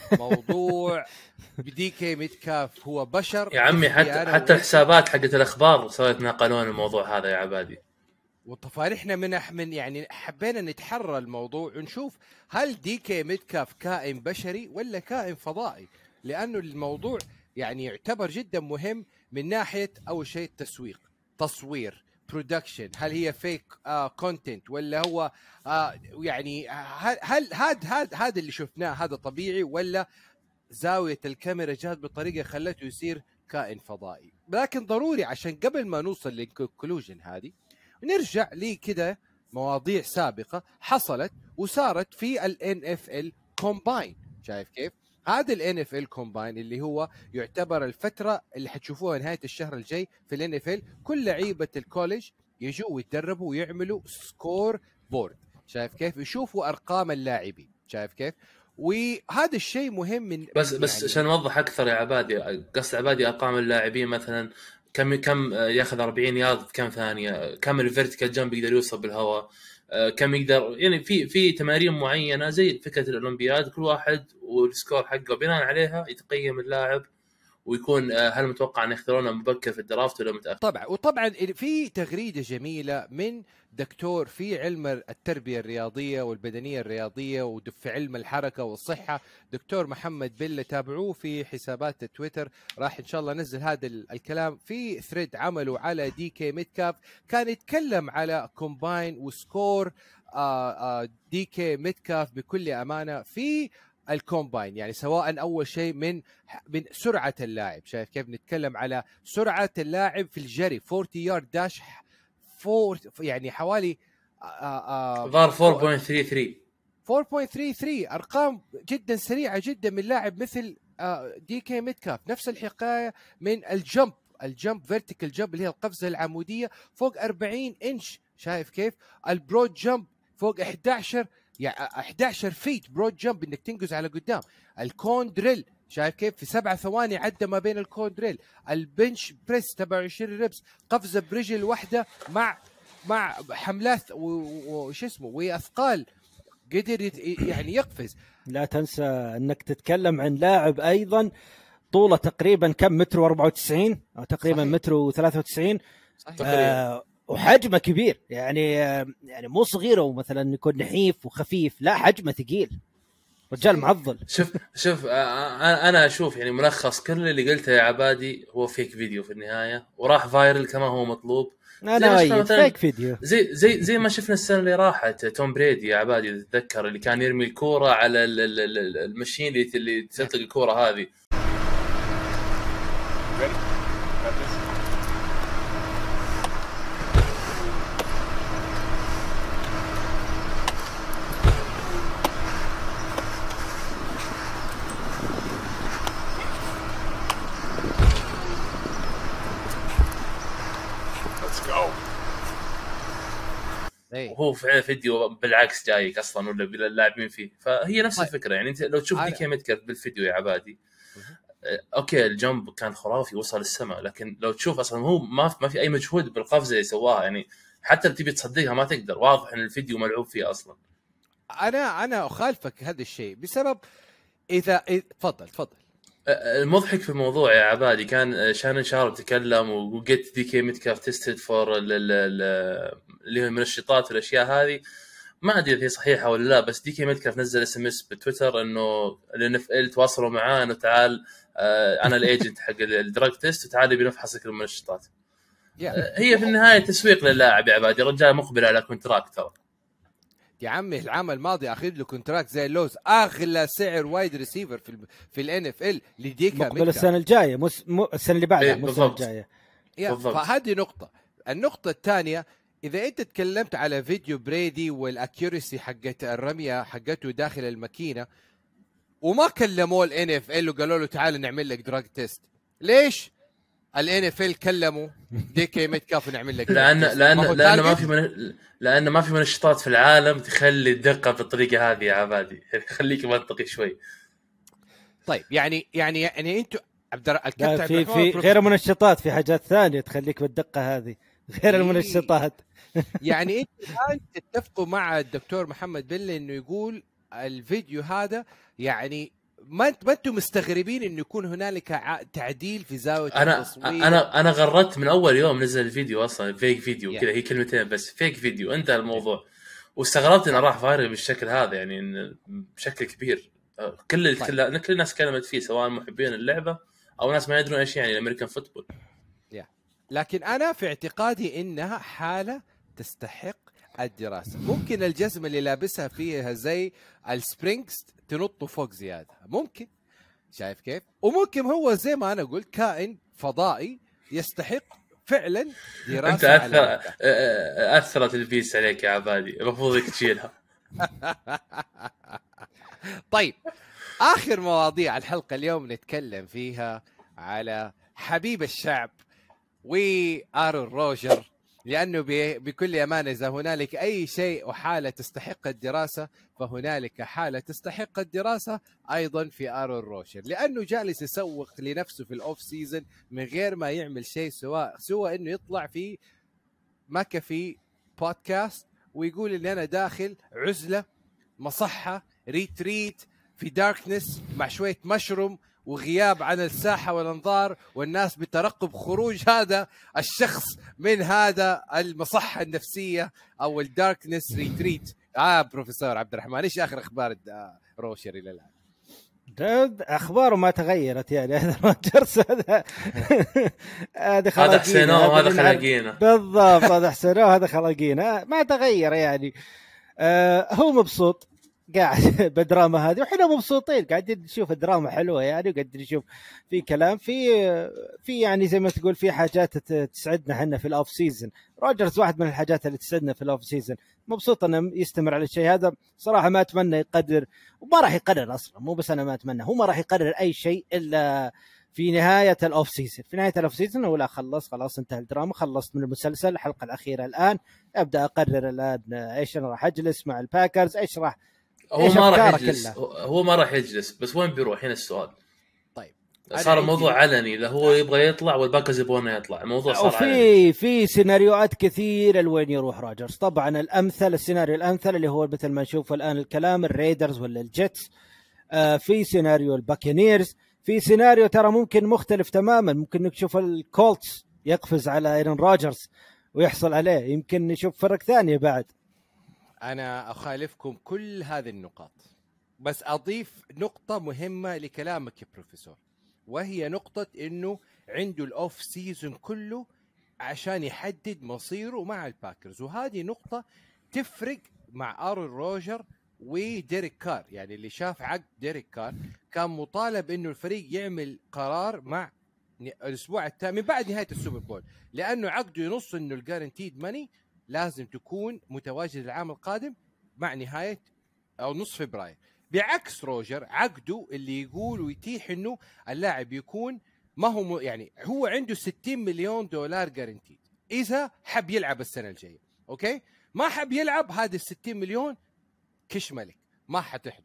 موضوع دي كي ميتكاف هو بشر يا عمي، حتى حتى الحسابات حقت الأخبار صارت ناقلون الموضوع هذا يا عبادي. وطفارحنا من من يعني حبينا نتحرى الموضوع ونشوف هل دي كي ميتكاف كائن بشري ولا كائن فضائي، لأنه الموضوع يعني يعتبر جدا مهم من ناحية أول شيء التسويق، تصوير، برودكشن، هل هي فيك كونتنت ولا هو آه يعني هل هذا هذا هذا اللي شفناه هذا طبيعي ولا زاوية الكاميرا جات بطريقة خلته يصير كائن فضائي. لكن ضروري عشان قبل ما نوصل للكونكلوجن هذه نرجع لي كده مواضيع سابقة حصلت وصارت في ال إن إف إل Combine. شايف كيف؟ هذا ال إن إف إل Combine اللي هو يعتبر الفترة اللي حتشوفوها نهاية الشهر الجاي في ال إن إف إل، كل لعيبة الكوليج يجوا ويتدربوا ويعملوا سكور بورد. شايف كيف؟ يشوفوا أرقام اللاعبين. شايف كيف؟ وهذا الشيء مهم من بس بس يعني عشان نوضح أكثر يا عبادي، قصد عبادي أرقام اللاعبين مثلا كم كم ياخذ أربعين يارد في كم ثانية، كم الفيرتيكال جامب يقدر يوصل بالهواء، كم يقدر يعني في في تمارين معينه زي فكره الاولمبياد، كل واحد والسكور حقه بناء عليها يتقيم اللاعب ويكون هل متوقع ان يختارونه مبكر في الدرافت ولا متاخر. طبعا. وطبعا في تغريده جميله من دكتور في علم التربيه الرياضيه والبدنيه الرياضيه وفي علم الحركه والصحه، دكتور محمد بله، تابعوه في حسابات تويتر، راح ان شاء الله نزل هذا الكلام في ثريد عمله على دي كي ميتكاف، كان يتكلم على كومباين وسكور دي كي ميتكاف بكل امانه في الكومباين، يعني سواء اول شيء من من سرعه اللاعب. شايف كيف؟ نتكلم على سرعه اللاعب في الجري أربعين يارد داش فور، يعني حوالي ظهر أربعة فاصلة ثلاثة ثلاثة أربعة فاصلة ثلاثة ثلاثة، ارقام جدا سريعه جدا من لاعب مثل دي كي ميتكاف. نفس الحكايه من الجمب، الجمب فيرتيكال جمب اللي هي القفزه العموديه فوق أربعين انش. شايف كيف؟ البرود جمب فوق أحد عشر، يعني أحد عشر فيت برود جمب انك تنقز على قدام. الكون دريل شايف كيف؟ في سبع ثواني عدى ما بين الكون دريل. البنش بريس سبعة وعشرين ريبس، قفزه برجل واحده مع مع حملات وش اسمه واثقال، قدر يعني يقفز. لا تنسى انك تتكلم عن لاعب ايضا طوله تقريبا كم متر وأربعة وتسعين او تقريبا صحيح. متر وثلاثة وتسعين آه وحجمه كبير، يعني يعني مو صغير ومثلا يكون نحيف وخفيف، لا حجمه ثقيل، رجال معضل. شوف شوف انا اشوف يعني ملخص كل اللي قلته يا عبادي هو فيك فيديو في النهايه، وراح فايرل كما هو مطلوب. انا فيك فيديو زي زي زي ما شفنا السنه اللي راحت توم بريدي يا عبادي، تتذكر اللي كان يرمي الكوره على المشين اللي تطلق الكوره هذه. وهو في فيديو بالعكس جايك اصلا ولا اللاعبين فيه، فهي نفس الفكره. يعني انت لو تشوف دي كي ميتكاف بالفيديو يا عبادي اوكي الجمب كان خرافي وصل السماء، لكن لو تشوف اصلا هو ما ما في اي مجهود بالقفزه اللي سواها، يعني حتى تبي تصدقها ما تقدر، واضح ان الفيديو ملعوب فيه اصلا. انا انا اخالفك هذا الشيء بسبب اذا تفضل تفضل. المضحك في الموضوع يا عبادي كان شانن شارب تكلم وجيت دي كي ميتكاف تيستد فور اللي هي المنشطات والاشياء هذه، ما ادري اذا هي صحيحه ولا لا، بس دي كي ميتكاف نزل اس ام اس بتويتر انه الان اف ال تواصلوا معاه انه تعال انا الايجنت حق الدراج تيست وتعال بنفحصك المنشطات. هي في النهايه تسويق للاعب يا عبادي، رجال مقبل على كونتراكت ترى يا عمي. العام الماضي اخذ له كونتراكت زي اللوز، اغلى سعر وايد ريسيفر في ال في الان اف ال لديكا مقبل السنه الجايه، مس... م... السنه اللي بعدها مو السنه الجايه. فهذه نقطه. النقطه الثانيه، اذا انت تكلمت على فيديو بريدي والاكيورسي حقت الرميه حقته داخل الماكينه وما كلموا الان اف ال وقالوا له تعال نعمل لك دراج تيست، ليش الان اف ال كلموا دي كي ميتكاف نعمل لك؟ لان لان لان ما في من... لان ما في منشطات في العالم تخلي الدقه بالطريقه هذه يا عبادي، خليك منطقي شوي. طيب يعني يعني يعني انتوا عبد الكابتن في في غير منشطات، في حاجات ثانيه تخليك بالدقه هذه غير المنشطات. يعني انت الان تتفقوا مع الدكتور محمد بلي انه يقول الفيديو هذا يعني ما انت ما انتم مستغربين انه يكون هنالك تعديل في زاويه أنا التصوير؟ انا انا غردت من اول يوم نزل الفيديو اصلا فيك فيديو yeah. كذا هي كلمتين بس فيك فيديو انتهى الموضوع yeah. واستغربت انه راح فايرل بالشكل هذا يعني بشكل كبير. كل طيب. كل كل الناس كلمت فيه سواء محبين اللعبه او ناس ما يدرون ايش يعني الامريكان فوتبول. yeah. لكن انا في اعتقادي انها حاله تستحق الدراسه. ممكن الجزمه اللي لابسها فيها زي السبرينجز تنطوا فوق زياده، ممكن، شايف كيف؟ وممكن هو زي ما انا قلت كائن فضائي يستحق فعلا دراسه. انت اثر اثرت البيس عليك يا عبادي، المفروض تشيلها. طيب اخر مواضيع الحلقه اليوم نتكلم فيها على حبيب الشعب وآرون روجر، لأنه بكل أمانة إذا هنالك أي شيء وحالة تستحق الدراسة فهنالك حالة تستحق الدراسة أيضا في آرون روجر، لأنه جالس يسوق لنفسه في الأوف سيزن من غير ما يعمل شيء سواء سوى إنه يطلع في مكافي بودكاست ويقول إن أنا داخل عزلة مصحة ريتريت في داركنس مع شوية مشروم وغياب عن الساحة والأنظار والناس بترقب خروج هذا الشخص من هذا المصحة النفسية أو الداركنس ريتريت. آه بروفيسور عبد الرحمن، إيش آخر أخبار روشر إلى الآن؟ أخباره ما تغيرت يعني. هذا روجرز هذا هذا هذا حسيناه وهذا خلاقينا بالضبط، هذا حسيناه وهذا خلاقينا ما تغير يعني. آه هو مبسوط قاعد بالدراما هذه وحنا مبسوطين قاعدين نشوف الدراما حلوه يعني، وقاعدين نشوف في كلام في في يعني زي ما تقول في حاجات تسعدنا احنا في الاوف سيزون. روجرز واحد من الحاجات اللي تسعدنا في الاوف سيزون، مبسوط انه يستمر على الشيء هذا صراحه. ما اتمنى يقدر وما راح يقرر اصلا، مو بس انا ما اتمنى، هو ما راح يقرر اي شيء الا في نهايه الاوف سيزون. في نهايه الاوف سيزون ولا خلص خلاص انتهى الدراما، خلصت من المسلسل الحلقه الاخيره، الان ابدا اقرر الان ايش انا راح اجلس مع الباكرز، ايش راح هو ما راح يجلس كلها. هو ما راح يجلس بس وين بيروح؟ هنا السؤال. طيب صار الموضوع علني، لا هو يبغى يطلع والباكرز يبغونه يطلع، الموضوع صار وفي علني. في سيناريوهات كثيره لوين يروح روجرز. طبعا الامثل السيناريو الامثل اللي هو مثل ما نشوف الان الكلام الريدرز ولا الجيتس، آه في سيناريو الباكينيرز، في سيناريو ترى ممكن مختلف تماما، ممكن نشوف الكولتس يقفز على ايرون روجرز ويحصل عليه، يمكن نشوف فرق ثانيه بعد. أنا أخالفكم كل هذه النقاط، بس أضيف نقطة مهمة لكلامك يا بروفيسور، وهي نقطة إنه عنده الأوف سيزون كله عشان يحدد مصيره مع الباكرز، وهذه نقطة تفرق مع آرون روجر وديريك كار. يعني اللي شاف عقد ديريك كار كان مطالب إنه الفريق يعمل قرار مع الأسبوع الثامن بعد نهاية السوبر بول، لأنه عقده ينص إنه الجارنتيد ماني لازم تكون متواجد العام القادم مع نهاية أو نصف فبراير، بعكس روجر عقده اللي يقول ويتيح إنه اللاعب يكون ما هو يعني هو عنده ستين مليون دولار جارنتيد إذا حب يلعب السنة الجاية. أوكي، ما حب يلعب هذه الستين مليون كش ملك ما حتحضر.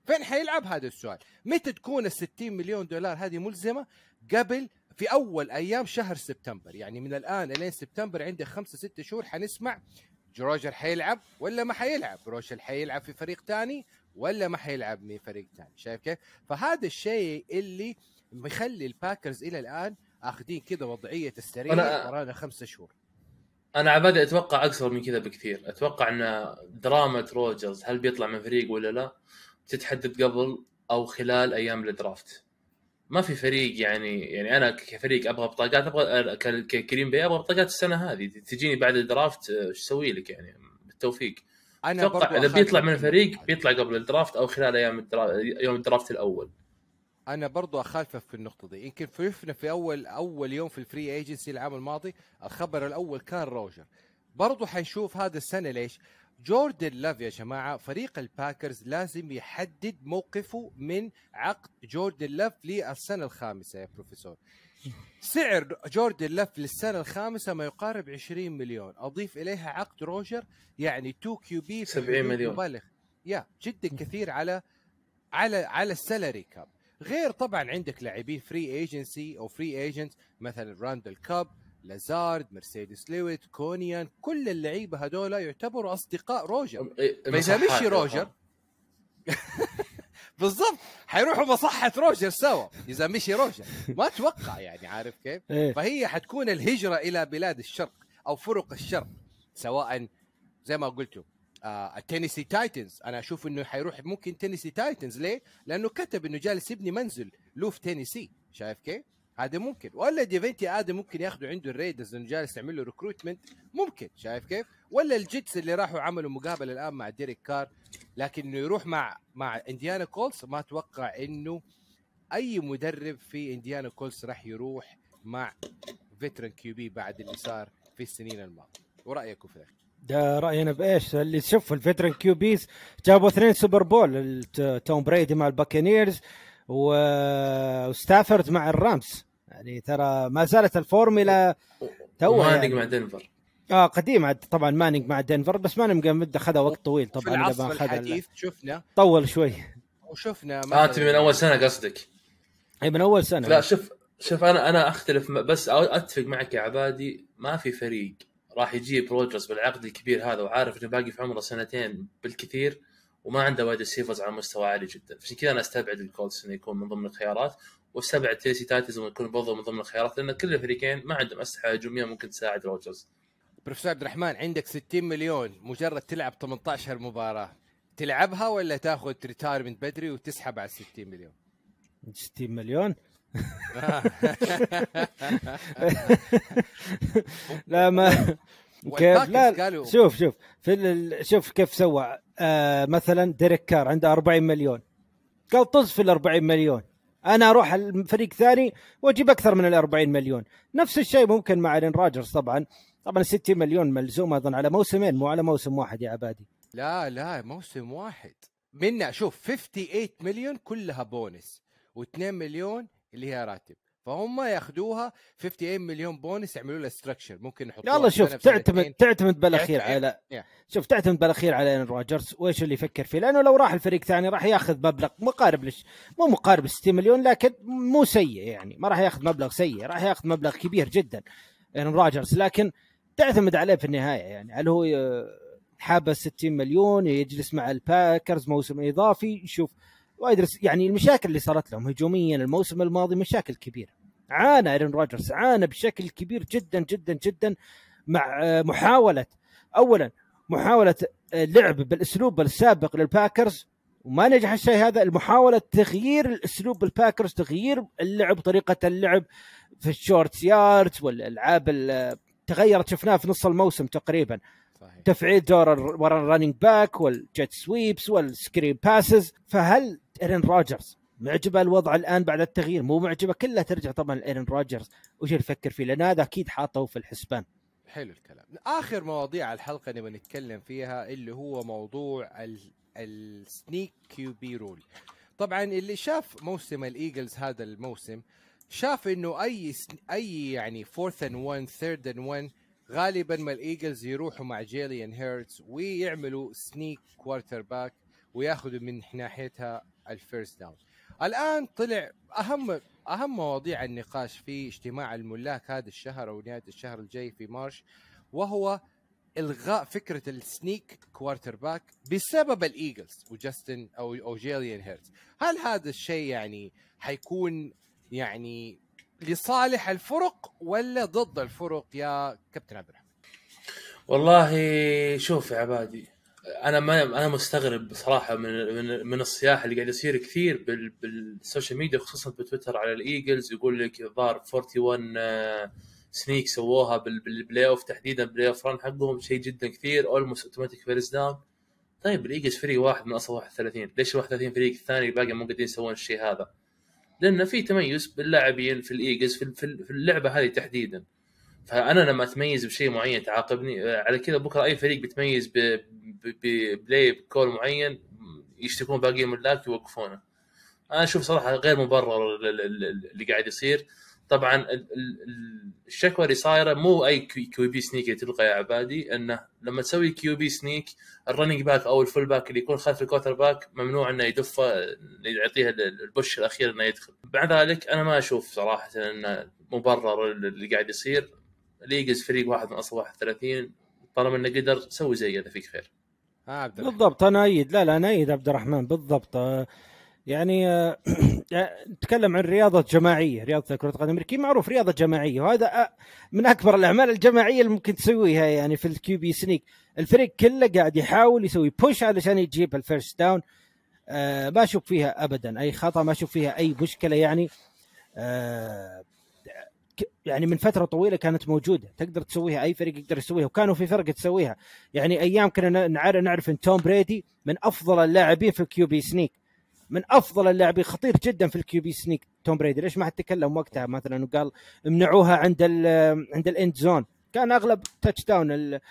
فين حيلعب؟ هذا السؤال. متى تكون الستين مليون دولار هذه ملزمة؟ قبل في أول أيام شهر سبتمبر، يعني من الآن إلين سبتمبر عندك خمسة ستة شهور حنسمع روجر حيلعب ولا ما حيلعب، روجر حيلعب في فريق تاني ولا ما حيلعب من فريق تاني. شايف كيف؟ فهذا الشيء اللي بيخلي الباكرز إلى الآن أخذين كده وضعية السريع ورانا خمسة شهور. انا عبادي اتوقع اكثر من كذا بكثير. اتوقع ان دراما روجرز هل بيطلع من فريق ولا لا تتحدد قبل او خلال ايام الدرافت. ما في فريق يعني يعني انا كفريق ابغى بطاقات، ابغى ككريم بي ابغى بطاقات السنه هذه، تجيني بعد الدرافت ايش اسوي لك يعني؟ بالتوفيق. انا اتوقع اذا بيطلع من الفريق بيطلع قبل الدرافت او خلال ايام الدرافت، يوم الدرافت الاول. انا برضو اخالفه في النقطه دي. يمكن شفنا في اول اول يوم في الفري ايجنسي العام الماضي الخبر الاول كان روجر، برضو حنشوف هذا السنه. ليش؟ جوردن لاف يا جماعه، فريق الباكرز لازم يحدد موقفه من عقد جوردن لاف للسنه الخامسه. يا بروفيسور، سعر جوردن لاف للسنه الخامسه ما يقارب عشرين مليون، اضيف اليها عقد روجر يعني تو كيو بي سبعين مليون مبالغ يا جدا كثير على على على السالري كاب. غير طبعا عندك لاعبين فري ايجنسي او فري ايجنت مثلا راندل كاب، لازارد، مرسيدس لويت، كونيان، كل اللعيبه هذول يعتبروا اصدقاء روجر. فاذا مشي روجر بالضبط حيروحوا مصحة روجر سوا اذا مشي روجر. ما اتوقع يعني، عارف كيف؟ فهي حتكون الهجرة الى بلاد الشرق او فرق الشرق، سواء زي ما قلتوا آه التينيسي تايتنز. انا اشوف انه حيروح ممكن تينيسي تايتنز. ليه؟ لانه كتب انه جالس يبني منزل له في تينيسي. شايف كيف؟ هذا ممكن. ولا ديفينتي ادم ممكن ياخذوا عنده الريدرز انه جالس يعمل له ريكروتمنت، ممكن. شايف كيف؟ ولا الجيتس اللي راحوا عملوا مقابله الان مع ديريك كار. لكن انه يروح مع مع انديانا كولز، ما اتوقع انه اي مدرب في انديانا كولز راح يروح مع فيترن كيو بي بعد اللي صار في السنين الماضيه. ورايكم في ذلك؟ ده راينا بايش اللي شوف الفترن كيو بيز جابوا اثنين سوبر بول، توم بريدي مع الباكنيرز وستافورد مع الرامز. يعني ترى ما زالت الفورمولا تو مانينج مع دنفر. اه قديم طبعا مانينج مع دنفر، بس مانينج مده اخذ وقت طويل طبعا. في العصر الحديث شفنا طول شوي وشفنا آه من اول سنه قصدك؟ اي من اول سنه. لا شوف شوف انا انا اختلف بس اتفق معك يا عبادي. ما في فريق راح يجيب روجرز بالعقد الكبير هذا وعارف انه باقي في عمره سنتين بالكثير وما عنده وايد سيفرز على مستوى عالي جدا. عشان كذا انا استبعد الكولتس انه يكون من ضمن الخيارات، واستبعد تيسي تايتنز انه يكون برضه من ضمن الخيارات، لان كل الفريقين ما عندهم اسلحه هجوميه ممكن تساعد روجرز. بروفيسور عبد الرحمن، عندك ستين مليون مجرد تلعب ثمانية عشر مباراه، تلعبها ولا تاخذ ريتايرمنت بدري وتسحب على ستين مليون؟ ستين مليون لا ما كيف لا شوف شوف في ال... شوف كيف سوى آه مثلا ديريك كار عنده أربعين مليون، قال طز في ال أربعين مليون، انا اروح الفريق ثاني واجيب اكثر من ال أربعين مليون. نفس الشيء ممكن مع إيرين راجرز. طبعا طبعا ستين مليون ملزوم اظن على موسمين مو على موسم واحد يا عبادي. لا لا موسم واحد منا. شوف ثمانية وخمسين مليون كلها بونس و2 مليون اللي هي راتب، فهم ياخذوها خمسة وخمسين مليون بونس يعملوا له ستراكشر ممكن يحطوها. يلا شوف تعتمد تعتمد بالاخير على شوف تعتمد بالاخير على إيرين راجرز وايش اللي يفكر فيه، لانه لو راح الفريق ثاني راح ياخذ مبلغ مقارب لش مو مقارب ستين مليون لكن مو سيء، يعني ما راح ياخذ مبلغ سيء، راح ياخذ مبلغ كبير جدا إيرين راجرز. لكن تعتمد عليه في النهايه، يعني هل هو حابه ستين مليون يجلس مع الباكرز موسم اضافي يشوف ويدرس. يعني المشاكل اللي صارت لهم هجوميا الموسم الماضي مشاكل كبيره، عانى إيرين راجرز عانى بشكل كبير جدا جدا جدا مع محاوله اولا محاوله اللعب بالاسلوب السابق للباكرز وما نجح الشيء هذا، المحاوله تغيير الاسلوب الباكرز، تغيير اللعب طريقه اللعب في الشورت ياردز والالعاب تغيرت شفناها في نص الموسم تقريبا. صحيح. تفعيل دور ورا الرننج باك والجيت سويبس والسكرين باسز. فهل إيرين راجرز معجبه الوضع الان بعد التغيير؟ مو معجبه، كلها ترجع طبعا لإيرين راجرز وش يفكر فيه، لان هذا اكيد حاطه في الحسبان. حلو الكلام. اخر مواضيع الحلقه نبغى نتكلم فيها اللي هو موضوع السنيك كيو بي رول. طبعا اللي شاف موسم الايجلز هذا الموسم شاف انه اي اي يعني فورث اند وان ثيرد اند وان غالبا ما الايجلز يروحوا مع جيليان هيرتز ويعملوا سنيك كوارتر باك وياخذوا من ناحيتها الفيرست داون. الان طلع اهم اهم مواضيع النقاش في اجتماع الملاك هذا الشهر او نهايه الشهر الجاي في مارش، وهو الغاء فكره السنيك كوارتر باك بسبب الايجلز وجاستن او او جيليان هيرتز. هل هذا الشيء يعني حيكون يعني لصالح الفرق ولا ضد الفرق يا كابتن عبد الرحمن؟ والله شوف يا عبادي، انا ما انا مستغرب بصراحه من من, من الصياح اللي قاعد يصير كثير بال بالسوشيال ميديا خصوصا بتويتر على الايجلز. يقول لك ظهر واحد وأربعين سنيك سووها بالبلاي اوف تحديدا بلاي اوف ران حقهم، شيء جدا كثير اولموست اوتوماتيك فيرست داون. طيب الايجلز فريق واحد من اصل واحد وثلاثين، ليش واحد وثلاثين فريق الثاني باقي مو قادرين يسوون الشيء هذا؟ لأن في تميز باللاعبين في الإيجلز في في اللعبة هذه تحديدا. فأنا لما أتميز بشيء معين تعاقبني على كذا، بكرة أي فريق بتميز ببلاي بكول معين يشتكون باقي ملاك يوقفونه. أنا أشوف صراحة غير مبرر اللي قاعد يصير. طبعا الشكوى اللي صايرة مو أي كيو بي سنيك تلقى يا عبادي، أنه لما تسوي كيو بي سنيك الرننج باك أو الفول باك اللي يكون خلف الكوتر باك ممنوع أنه يدفه، يعطيها البوش الأخير أنه يدخل. بعد ذلك أنا ما أشوف صراحة أنه مبرر اللي قاعد يصير. ليجز فريق واحد من أصل واحد وثلاثين، طالما أنه قدر سوي زي هذا فيك خير. آه بالضبط، أنا أيد. لا لا أنا أيد عبد الرحمن بالضبط. يعني نتكلم عن رياضة جماعية، رياضة كرة القدم الأمريكية معروف رياضة جماعية، وهذا من أكبر الأعمال الجماعية اللي ممكن تسويها. يعني في الكيو بي سنيك الفريق كله قاعد يحاول يسوي بوش علشان يجيب الفيرست داون. آه ما أشوف فيها أبدا أي خطأ، ما أشوف فيها أي مشكلة. يعني آه يعني من فترة طويلة كانت موجودة، تقدر تسويها، أي فريق يقدر يسويها، وكانوا في فرق تسويها. يعني أيام كنا نعرف أن توم بريدي من أفضل اللاعبين في الكيو بي سنيك، من افضل اللاعبين، خطير جدا في الكيو بي سنيك توم بريدي. ليش ما حد تكلم وقتها مثلا وقال امنعوها عند ال عند الاند زون؟ كان اغلب تاتش داون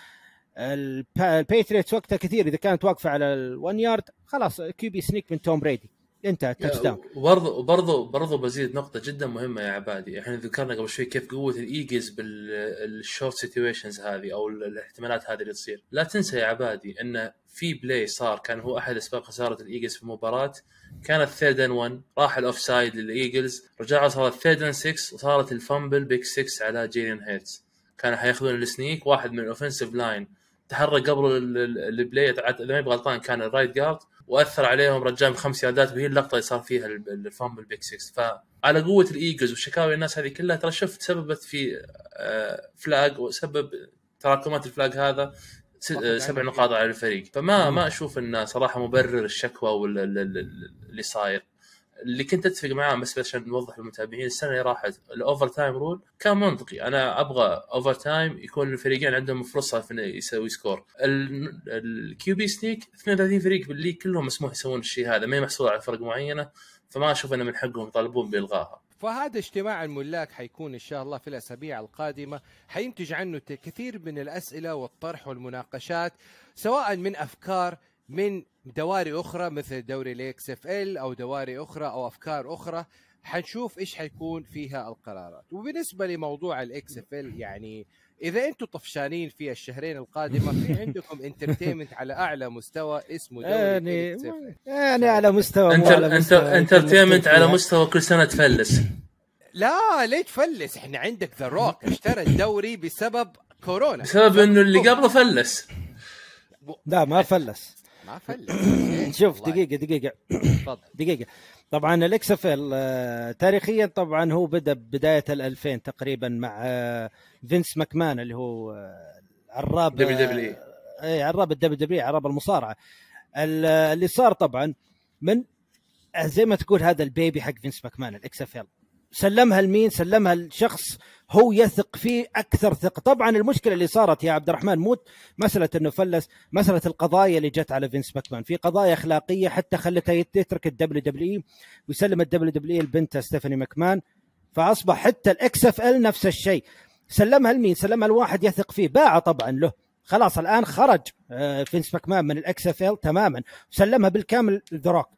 البيتريتس وقتها كثير اذا كانت واقفه على الون يارد خلاص كيو بي سنيك من توم بريدي انتهى تاتش داون. وبرضه وبرضه برضه بزيد نقطه جدا مهمه يا عبادي، احنا ذكرنا قبل شوي كيف قوه الايجلز بالشورت سيتويشنز هذه او الاحتمالات هذه اللي تصير. لا تنسى يا عبادي ان في بلاي صار كان هو احد اسباب خساره الايجلز في المباراه، كانت ثيرد ان ون، راح الاوف سايد للايجلز، رجعوا صارت ثيرد ان ستة وصارت الفامبل بيك ستة على جيلين هيرتز. كانوا حياخذون السنيك، واحد من الاوفنسيف لاين تحرك قبل البلاي، اذا ما يبغى غلطان كان الرايت جارد، واثر عليهم رجعهم خمس ياردات، وهي اللقطه اللي صار فيها الفامبل بيك ستة. فعلى قوه الايجلز وشكاوي الناس هذه كلها ترى شفت سببت في فلاج، وسبب تراكمات الفلاج هذا سبع نقاط على الفريق. فما ما اشوف انه صراحه مبرر الشكوى واللي صاير. اللي كنت اتفق معاه بس عشان نوضح للمتابعين، السنه اللي راحت الاوفر تايم رول كان منطقي، انا ابغى اوفر تايم يكون الفريقين عندهم فرصه في يسوي سكور. الكيو بي سنيك اثنين وثلاثين فريق بالليج كلهم مسموح يسوون الشيء هذا، ما هي محصوره على فرق معينه، فما اشوف انه من حقهم يطالبون بالغائها. فهذا اجتماع الملاك حيكون إن شاء الله في الأسابيع القادمة، حينتج عنه كثير من الأسئلة والطرح والمناقشات، سواء من أفكار من دواري أخرى مثل دوري الإكس إف إل أو دواري أخرى أو أفكار أخرى، حنشوف إيش حيكون فيها القرارات. وبالنسبة لموضوع الإكس إف إل، يعني إذا أنتم طفشانين في الشهرين القادمة، في عندكم انترتينمنت على أعلى مستوى اسمه دوري يعني الإكس إف إل. يعني على مستوى انت انت انترتينمنت على مستوى كل سنة تفلس. لا ليه تفلس؟ احنا عندك ذا روك اشترى الدوري بسبب كورونا، بسبب انه اللي قبله فلس. لا ما فلس ما فلس. شوف دقيقة دقيقة دقيقة طبعا الاكس اف ال تاريخيا طبعا هو بدأ بداية الألفين تقريبا مع فينس ماكمان اللي هو عراب دبليو دبليو اي عراب الدبليو دبليو عراب المصارعة. اللي صار طبعا من زي ما تقول هذا البيبي حق فينس ماكمان الاكس اف ال، سلمها لمين؟ سلمها لشخص هو يثق فيه أكثر ثقة. طبعا المشكلة اللي صارت يا عبد الرحمن مو مسألة أنه فلس، مسألة القضايا اللي جت على فينس ماكمان، في قضايا أخلاقية حتى خلته يترك الدبليو دبليو ويسلم الدبليو دبليو لبنته ستيفاني ماكمان، فأصبح حتى الإكس إف إل نفس الشيء. سلمها لمين؟ سلمها لواحد يثق فيه، باعه طبعا له، خلاص الآن خرج فينس ماكمان من الإكس إف إل تماما، سلمها بالكامل ذا روك.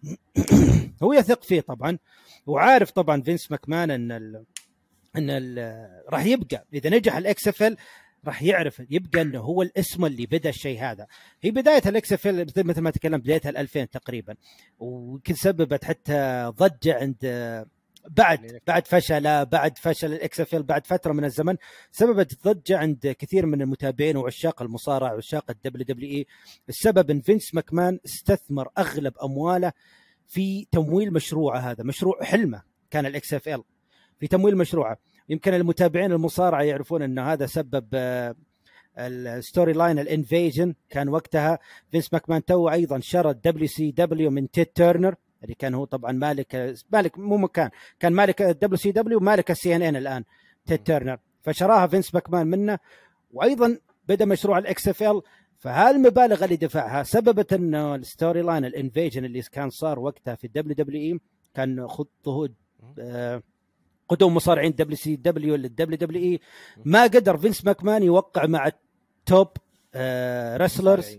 هو يثق فيه طبعا، وعارف طبعا فينس ماكمان ان ال ان ال راح يبقى اذا نجح الاكس اف ال راح يعرف يبقى انه هو الاسم اللي بدا الشيء هذا. هي بدايه الاكس اف ال مثل ما تكلمت بدايتها الألفين تقريبا، ويمكن سببت حتى ضجه عند بعد بعد فشل بعد فشل الاكس اف ال بعد فتره من الزمن، سببت ضجه عند كثير من المتابعين وعشاق المصارعه وعشاق الدبليو دبليو اي. السبب ان فينس ماكمان استثمر اغلب امواله في تمويل مشروعه، هذا مشروع حلمه كان الاكس اف ال، في تمويل مشروعه. يمكن المتابعين المصارعه يعرفون ان هذا سبب الستوري لاين الانفيجن. كان وقتها فينس ماكمان تو ايضا شرى دبليو سي دبليو من تيد تيرنر، اللي كان هو طبعا مالك مالك مو مكان كان مالك الدبليو سي دبليو، مالك السي ان ان الان تيد تيرنر، فشراها فينس ماكمان منه. وايضا بدا مشروع الاكس اف ال. فهالمبالغ اللي دفعها سببت انه الستوري لاين الانفيجن اللي كان صار وقتها في الدبليو دبليو اي كان خطه آه قدوم مصارعين دبليو سي دبليو للدبليو دبليو اي، ما قدر فينس ماكمان يوقع مع التوب آه رسلرز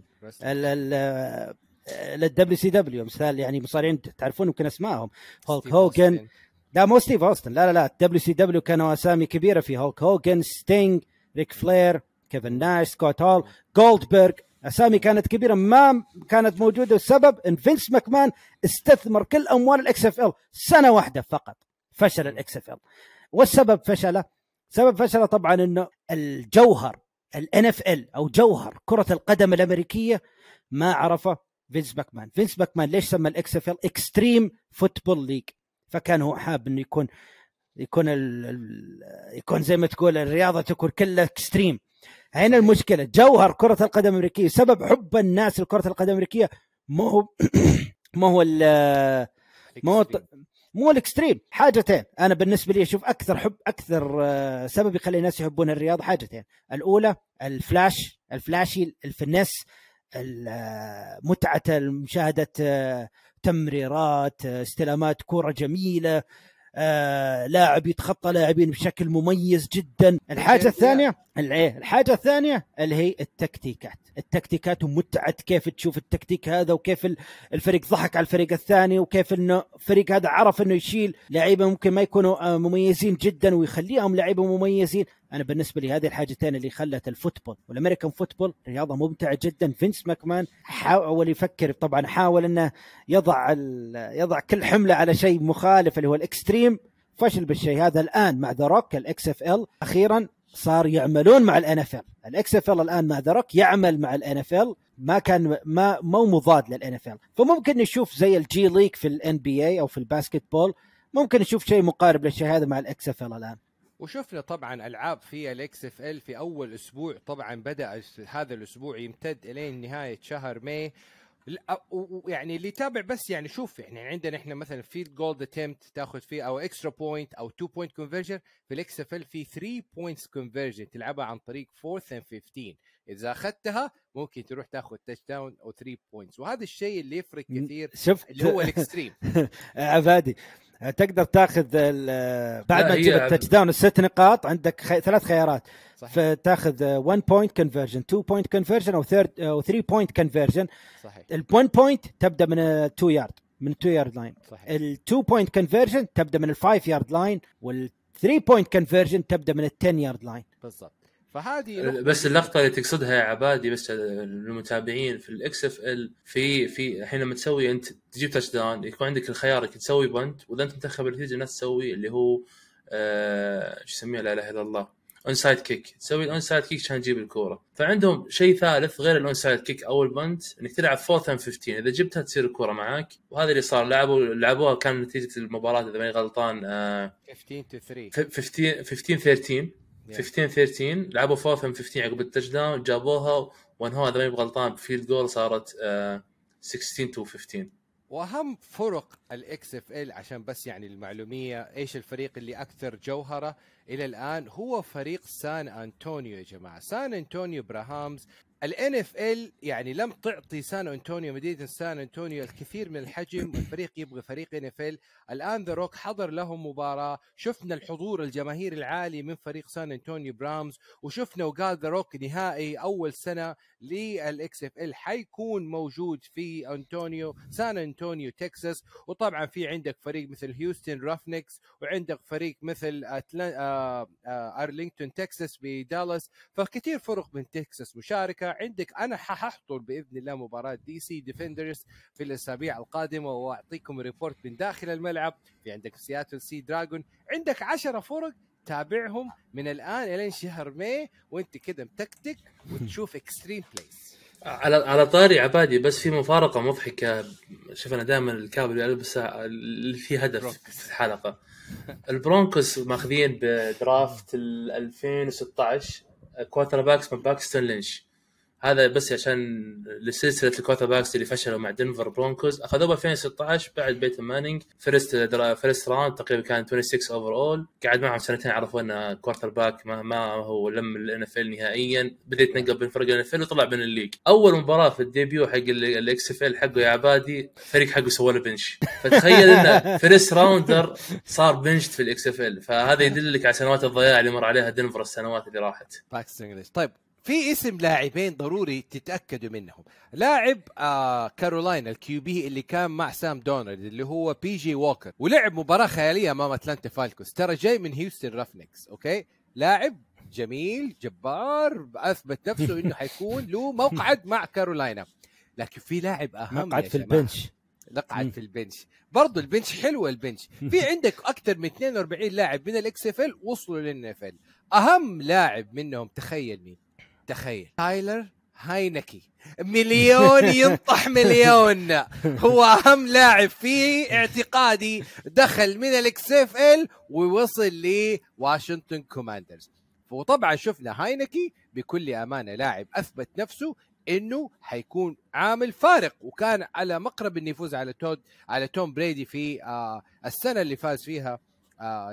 للدبليو سي دبليو. مثال يعني مصارعين تعرفون يمكن اسمائهم، هولك هوجن، لا مو ستيف أوستن، لا لا لا الدبليو سي دبليو كانوا اسامي كبيره في هولك هوجن، ستينج، ريك فلير، كيفن ناش، سكوت هول، جولدبرغ، اسامي كانت كبيره ما كانت موجوده. السبب ان فينس ماكمان استثمر كل اموال الاكس اف ال سنه واحده فقط، فشل الاكس اف ال. والسبب فشله سبب فشله طبعا انه الجوهر الان اف ال او جوهر كره القدم الامريكيه ما عرفه فينس ماكمان. فينس ماكمان ليش سمى الاكس اف ال اكستريم فوتبول ليج؟ فكان هو حاب انه يكون يكون ال ال يكون زي ما تقول الرياضه تكون كلها اكستريم. هنا المشكله، جوهر كره القدم الامريكيه سبب حب الناس لكره القدم الامريكيه ما هو ما هو ما هو مو الاكستريم. حاجتين انا بالنسبه لي اشوف اكثر حب اكثر سبب يخلي الناس يحبون الرياضه، حاجتين. الاولى الفلاش الفلاشي الفنس، متعه مشاهده تمريرات، استلامات كره جميله، آه، لاعب يتخطى لاعبين بشكل مميز جدا. الحاجة الثانية الحاجة الثانية اللي هي التكتيكات التكتيكات ومتعة كيف تشوف التكتيك هذا، وكيف الفريق ضحك على الفريق الثاني، وكيف انه الفريق هذا عرف انه يشيل لعيبة ممكن ما يكونوا مميزين جدا ويخليهم لعيبة مميزين. انا بالنسبة لي هذه الحاجتين اللي خلت الفوتبول والامريكان فوتبول رياضة ممتعة جدا. فينس ماكمان حاول يفكر طبعا، حاول انه يضع يضع كل حملة على شيء مخالف اللي هو الاكستريم، فشل بالشيء هذا. الان مع ذا روك الاكس اف ال اخيرا صار يعملون مع الان اف ال. الاكس اف ال الان مع ذا روك يعمل مع الان اف ال، ما كان ما مو مضاد للان اف ال. فممكن نشوف زي الجي ليج في الان بي اي او في الباسكت بول، ممكن نشوف شيء مقارب للشيء هذا مع الاكس اف ال الان. وشفنا طبعا العاب في الاكس اف ال في اول اسبوع، طبعا بدا هذا الاسبوع يمتد الى نهايه شهر ماي. يعني اللي يتابع بس يعني شوف، يعني عندنا احنا مثلا فيلد جولد اتمت تاخذ فيه او اكسترا بوينت او تو بوينت كونفرجن، في الاكس اف ال في ثري بوينتس كونفرجن تلعبها عن طريق فورث اند فيفتين، اذا اخذتها ممكن تروح تاخذ تاتش داون او ثري بوينتس، وهذا الشيء اللي يفرق كثير اللي هو الاكستريم. عبادي تقدر تاخذ بعد ما تجيب التاتش داون الست نقاط عندك خي... ثلاث خيارات، فتاخذ واحد بوينت كونفرجن، تو بوينت كونفرجن او ثيرد او ثري بوينت كونفرجن. ال1 بوينت تبدا من التو يارد من التو يارد لاين، ال2 بوينت كونفرجن تبدا من الفايف يارد لاين، وال3 بوينت كونفرجن تبدا من التن يارد لاين. بالضبط. فهذه بس اللقطه اللي تقصدها يا عبادي بس للمتابعين في الاكس اف ال، في في الحين لما تسوي انت تجيب تاتش داون يكون عندك الخيار انك تسوي بنت، واذا انت منتخب النتيجه الناس تسوي اللي هو آه ايش يسميه لا اله الا الله اون سايد كيك، تسوي الاون سايد كيك عشان تجيب الكوره. فعندهم شيء ثالث غير الاون سايد كيك او البنت، انك تلعب فورث اند فيفتين، اذا جبتها تصير الكوره معاك. وهذا اللي صار، لعبوا لعبوها كان نتيجه المباراه اذا ماني غلطان آه فيفتين تو ثري فيفتين فيفتين ثيرتين فيفتين ثيرتين لعبوا فورث اند فيفتين عقب التاتش داون جابوها، وان هو هذا ما يبغى غلطان بفيلد جول صارت آه سكستين تو فيفتين. واهم فرق الاكس اف ال عشان بس يعني المعلوميه، ايش الفريق اللي اكثر جوهره الى الان؟ هو فريق سان أنطونيو يا جماعه. سان أنطونيو براهامز الان اف ال يعني لم تعطي سان أنطونيو مدينه سان أنطونيو الكثير من الحجم، والفريق يبغى فريق ان اف ال. الان ذا روك حضر لهم مباراه، شفنا الحضور الجماهيري العالي من فريق سان أنطونيو برامز، وشفنا وقال ذا روك نهائي اول سنه للاكس اف ال حيكون موجود في انطونيو سان انطونيو تكساس. وطبعا في عندك فريق مثل هيوستن رافنكس، وعندك فريق مثل أتلان... آه... آه... ارلينغتون تكساس بدالاس. فكثير فرق من تكساس مشاركه. عندك انا ححضر باذن الله مباراه دي سي ديفندرز في الاسابيع القادمه واعطيكم ريبورت من داخل الملعب. في عندك سياتل سي دراجون. عندك عشرة فرق تابعهم من الان الى شهر ماي وانت كده متكتك وتشوف اكستريم بلايز. على على طاري عبادي، بس في مفارقه مضحكه. شوف انا دائما الكاب اللي البسه اللي فيه هدف برونكوس. في الحلقه البرونكوس ماخذين بدرافت ألفين وستة عشر كوارتر باكس من باكستون لينش. هذا بس عشان لسلسله الكوارتر باكس اللي فشلوا مع دنفر برونكوز، اخذوه ألفين وستة عشر بعد بيتن مانينج فيرست درا... فيرست راوند تقريبا كان ستة وعشرين اوفر اول. قاعد معهم سنتين، عرفوا ان كوارتر باك ما, ما هو لم الان اف ال نهائيا. بدا يتنقل بين فرق الان اف ال وطلع بين الليج. اول مباراه في الديبيو حق الاكس اف ال حقه يا عبادي فريق حقه سوى له بنش. فتخيل ان فيرست راوندر صار بنشت في الاكس اف ال. فهذا يدلك على سنوات الضياع اللي مر عليها دنفر السنوات اللي راحت. طيب في اسم لاعبين ضروري تتأكدوا منهم. لاعب آه كارولاينا الكيو بي اللي كان مع سام دونالد اللي هو بي جي ووكر، ولعب مباراة خيالية أمام أتلانتا فالكوس. ترى جاي من هيوستن رافنكس. أوكي، لاعب جميل جبار، أثبت نفسه إنه حيكون له مقعد مع كارولاينا. لكن في لاعب أهم مقعد في البنش، مقعد في البنش برضو. البنش حلوة البنش. في عندك أكثر من اثنين وأربعين لاعب من الإكس إف إل وصلوا للإن إف إل. أهم لاعب منهم تخيل مين؟ تخيل تايلر هاينكي. مليون ينطح مليون. هو أهم لاعب في اعتقادي دخل من الاكس اف ال ووصل لواشنطن كوماندرز. وطبعا شفنا هاينكي بكل أمانة لاعب أثبت نفسه إنه حيكون عامل فارق، وكان على مقرب إنه يفوز على تود على توم بريدي في آه السنة اللي فاز فيها آه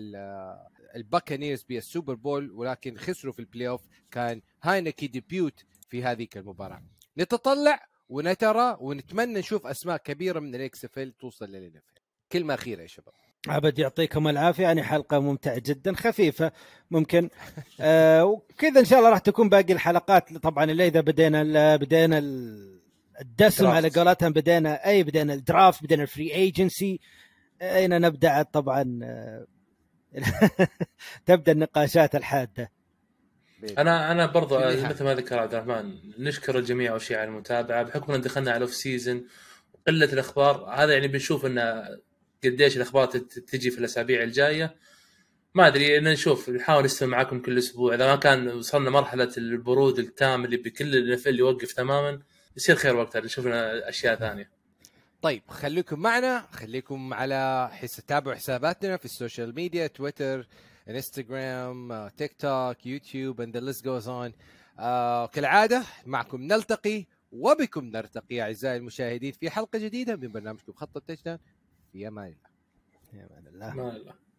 الباكانيرز بالسوبر بول، ولكن خسروا في البلاي اوف. كان هاينكي ديبيوت في هذه المباراة. نتطلع ونترى ونتمنى نشوف أسماء كبيرة من الاكس اف ال توصل للان اف ال. كلمة أخيرة يا شباب. عبد يعطيكم العافية، يعني حلقة ممتعة جدا خفيفة ممكن آه وكذا إن شاء الله راح تكون باقي الحلقات. طبعا اللي إذا بدينا بدينا الدسم على قولتهم، بدينا أي بدينا الدرافت، بدينا الفري ايجنسي، أين نبدأ طبعا آه تبدأ النقاشات الحادة. انا انا برضو مثل ما ذكر عبد الرحمن، نشكر الجميع وشيء على المتابعه. بحكم ان دخلنا على اوف سيزون وقله الاخبار هذا، يعني بنشوف ان قديش الاخبار تجي في الاسابيع الجايه. ما ادري، ان نشوف نحاول نستمع معكم كل اسبوع. اذا ما كان وصلنا مرحله البرود التام اللي بكل النفل يوقف تماما، يصير خير وقتها نشوف لنا اشياء ثانيه. طيب خليكم معنا، خليكم على حس تابعوا حساباتنا في السوشيال ميديا، تويتر، انستغرام، تيك توك، يوتيوب and the list goes on. آه كالعادة معكم نلتقي وبكم نرتقي أعزائي المشاهدين في حلقة جديدة من برنامجكم خط التجديد. في أمان الله. في أمان الله. ما الله.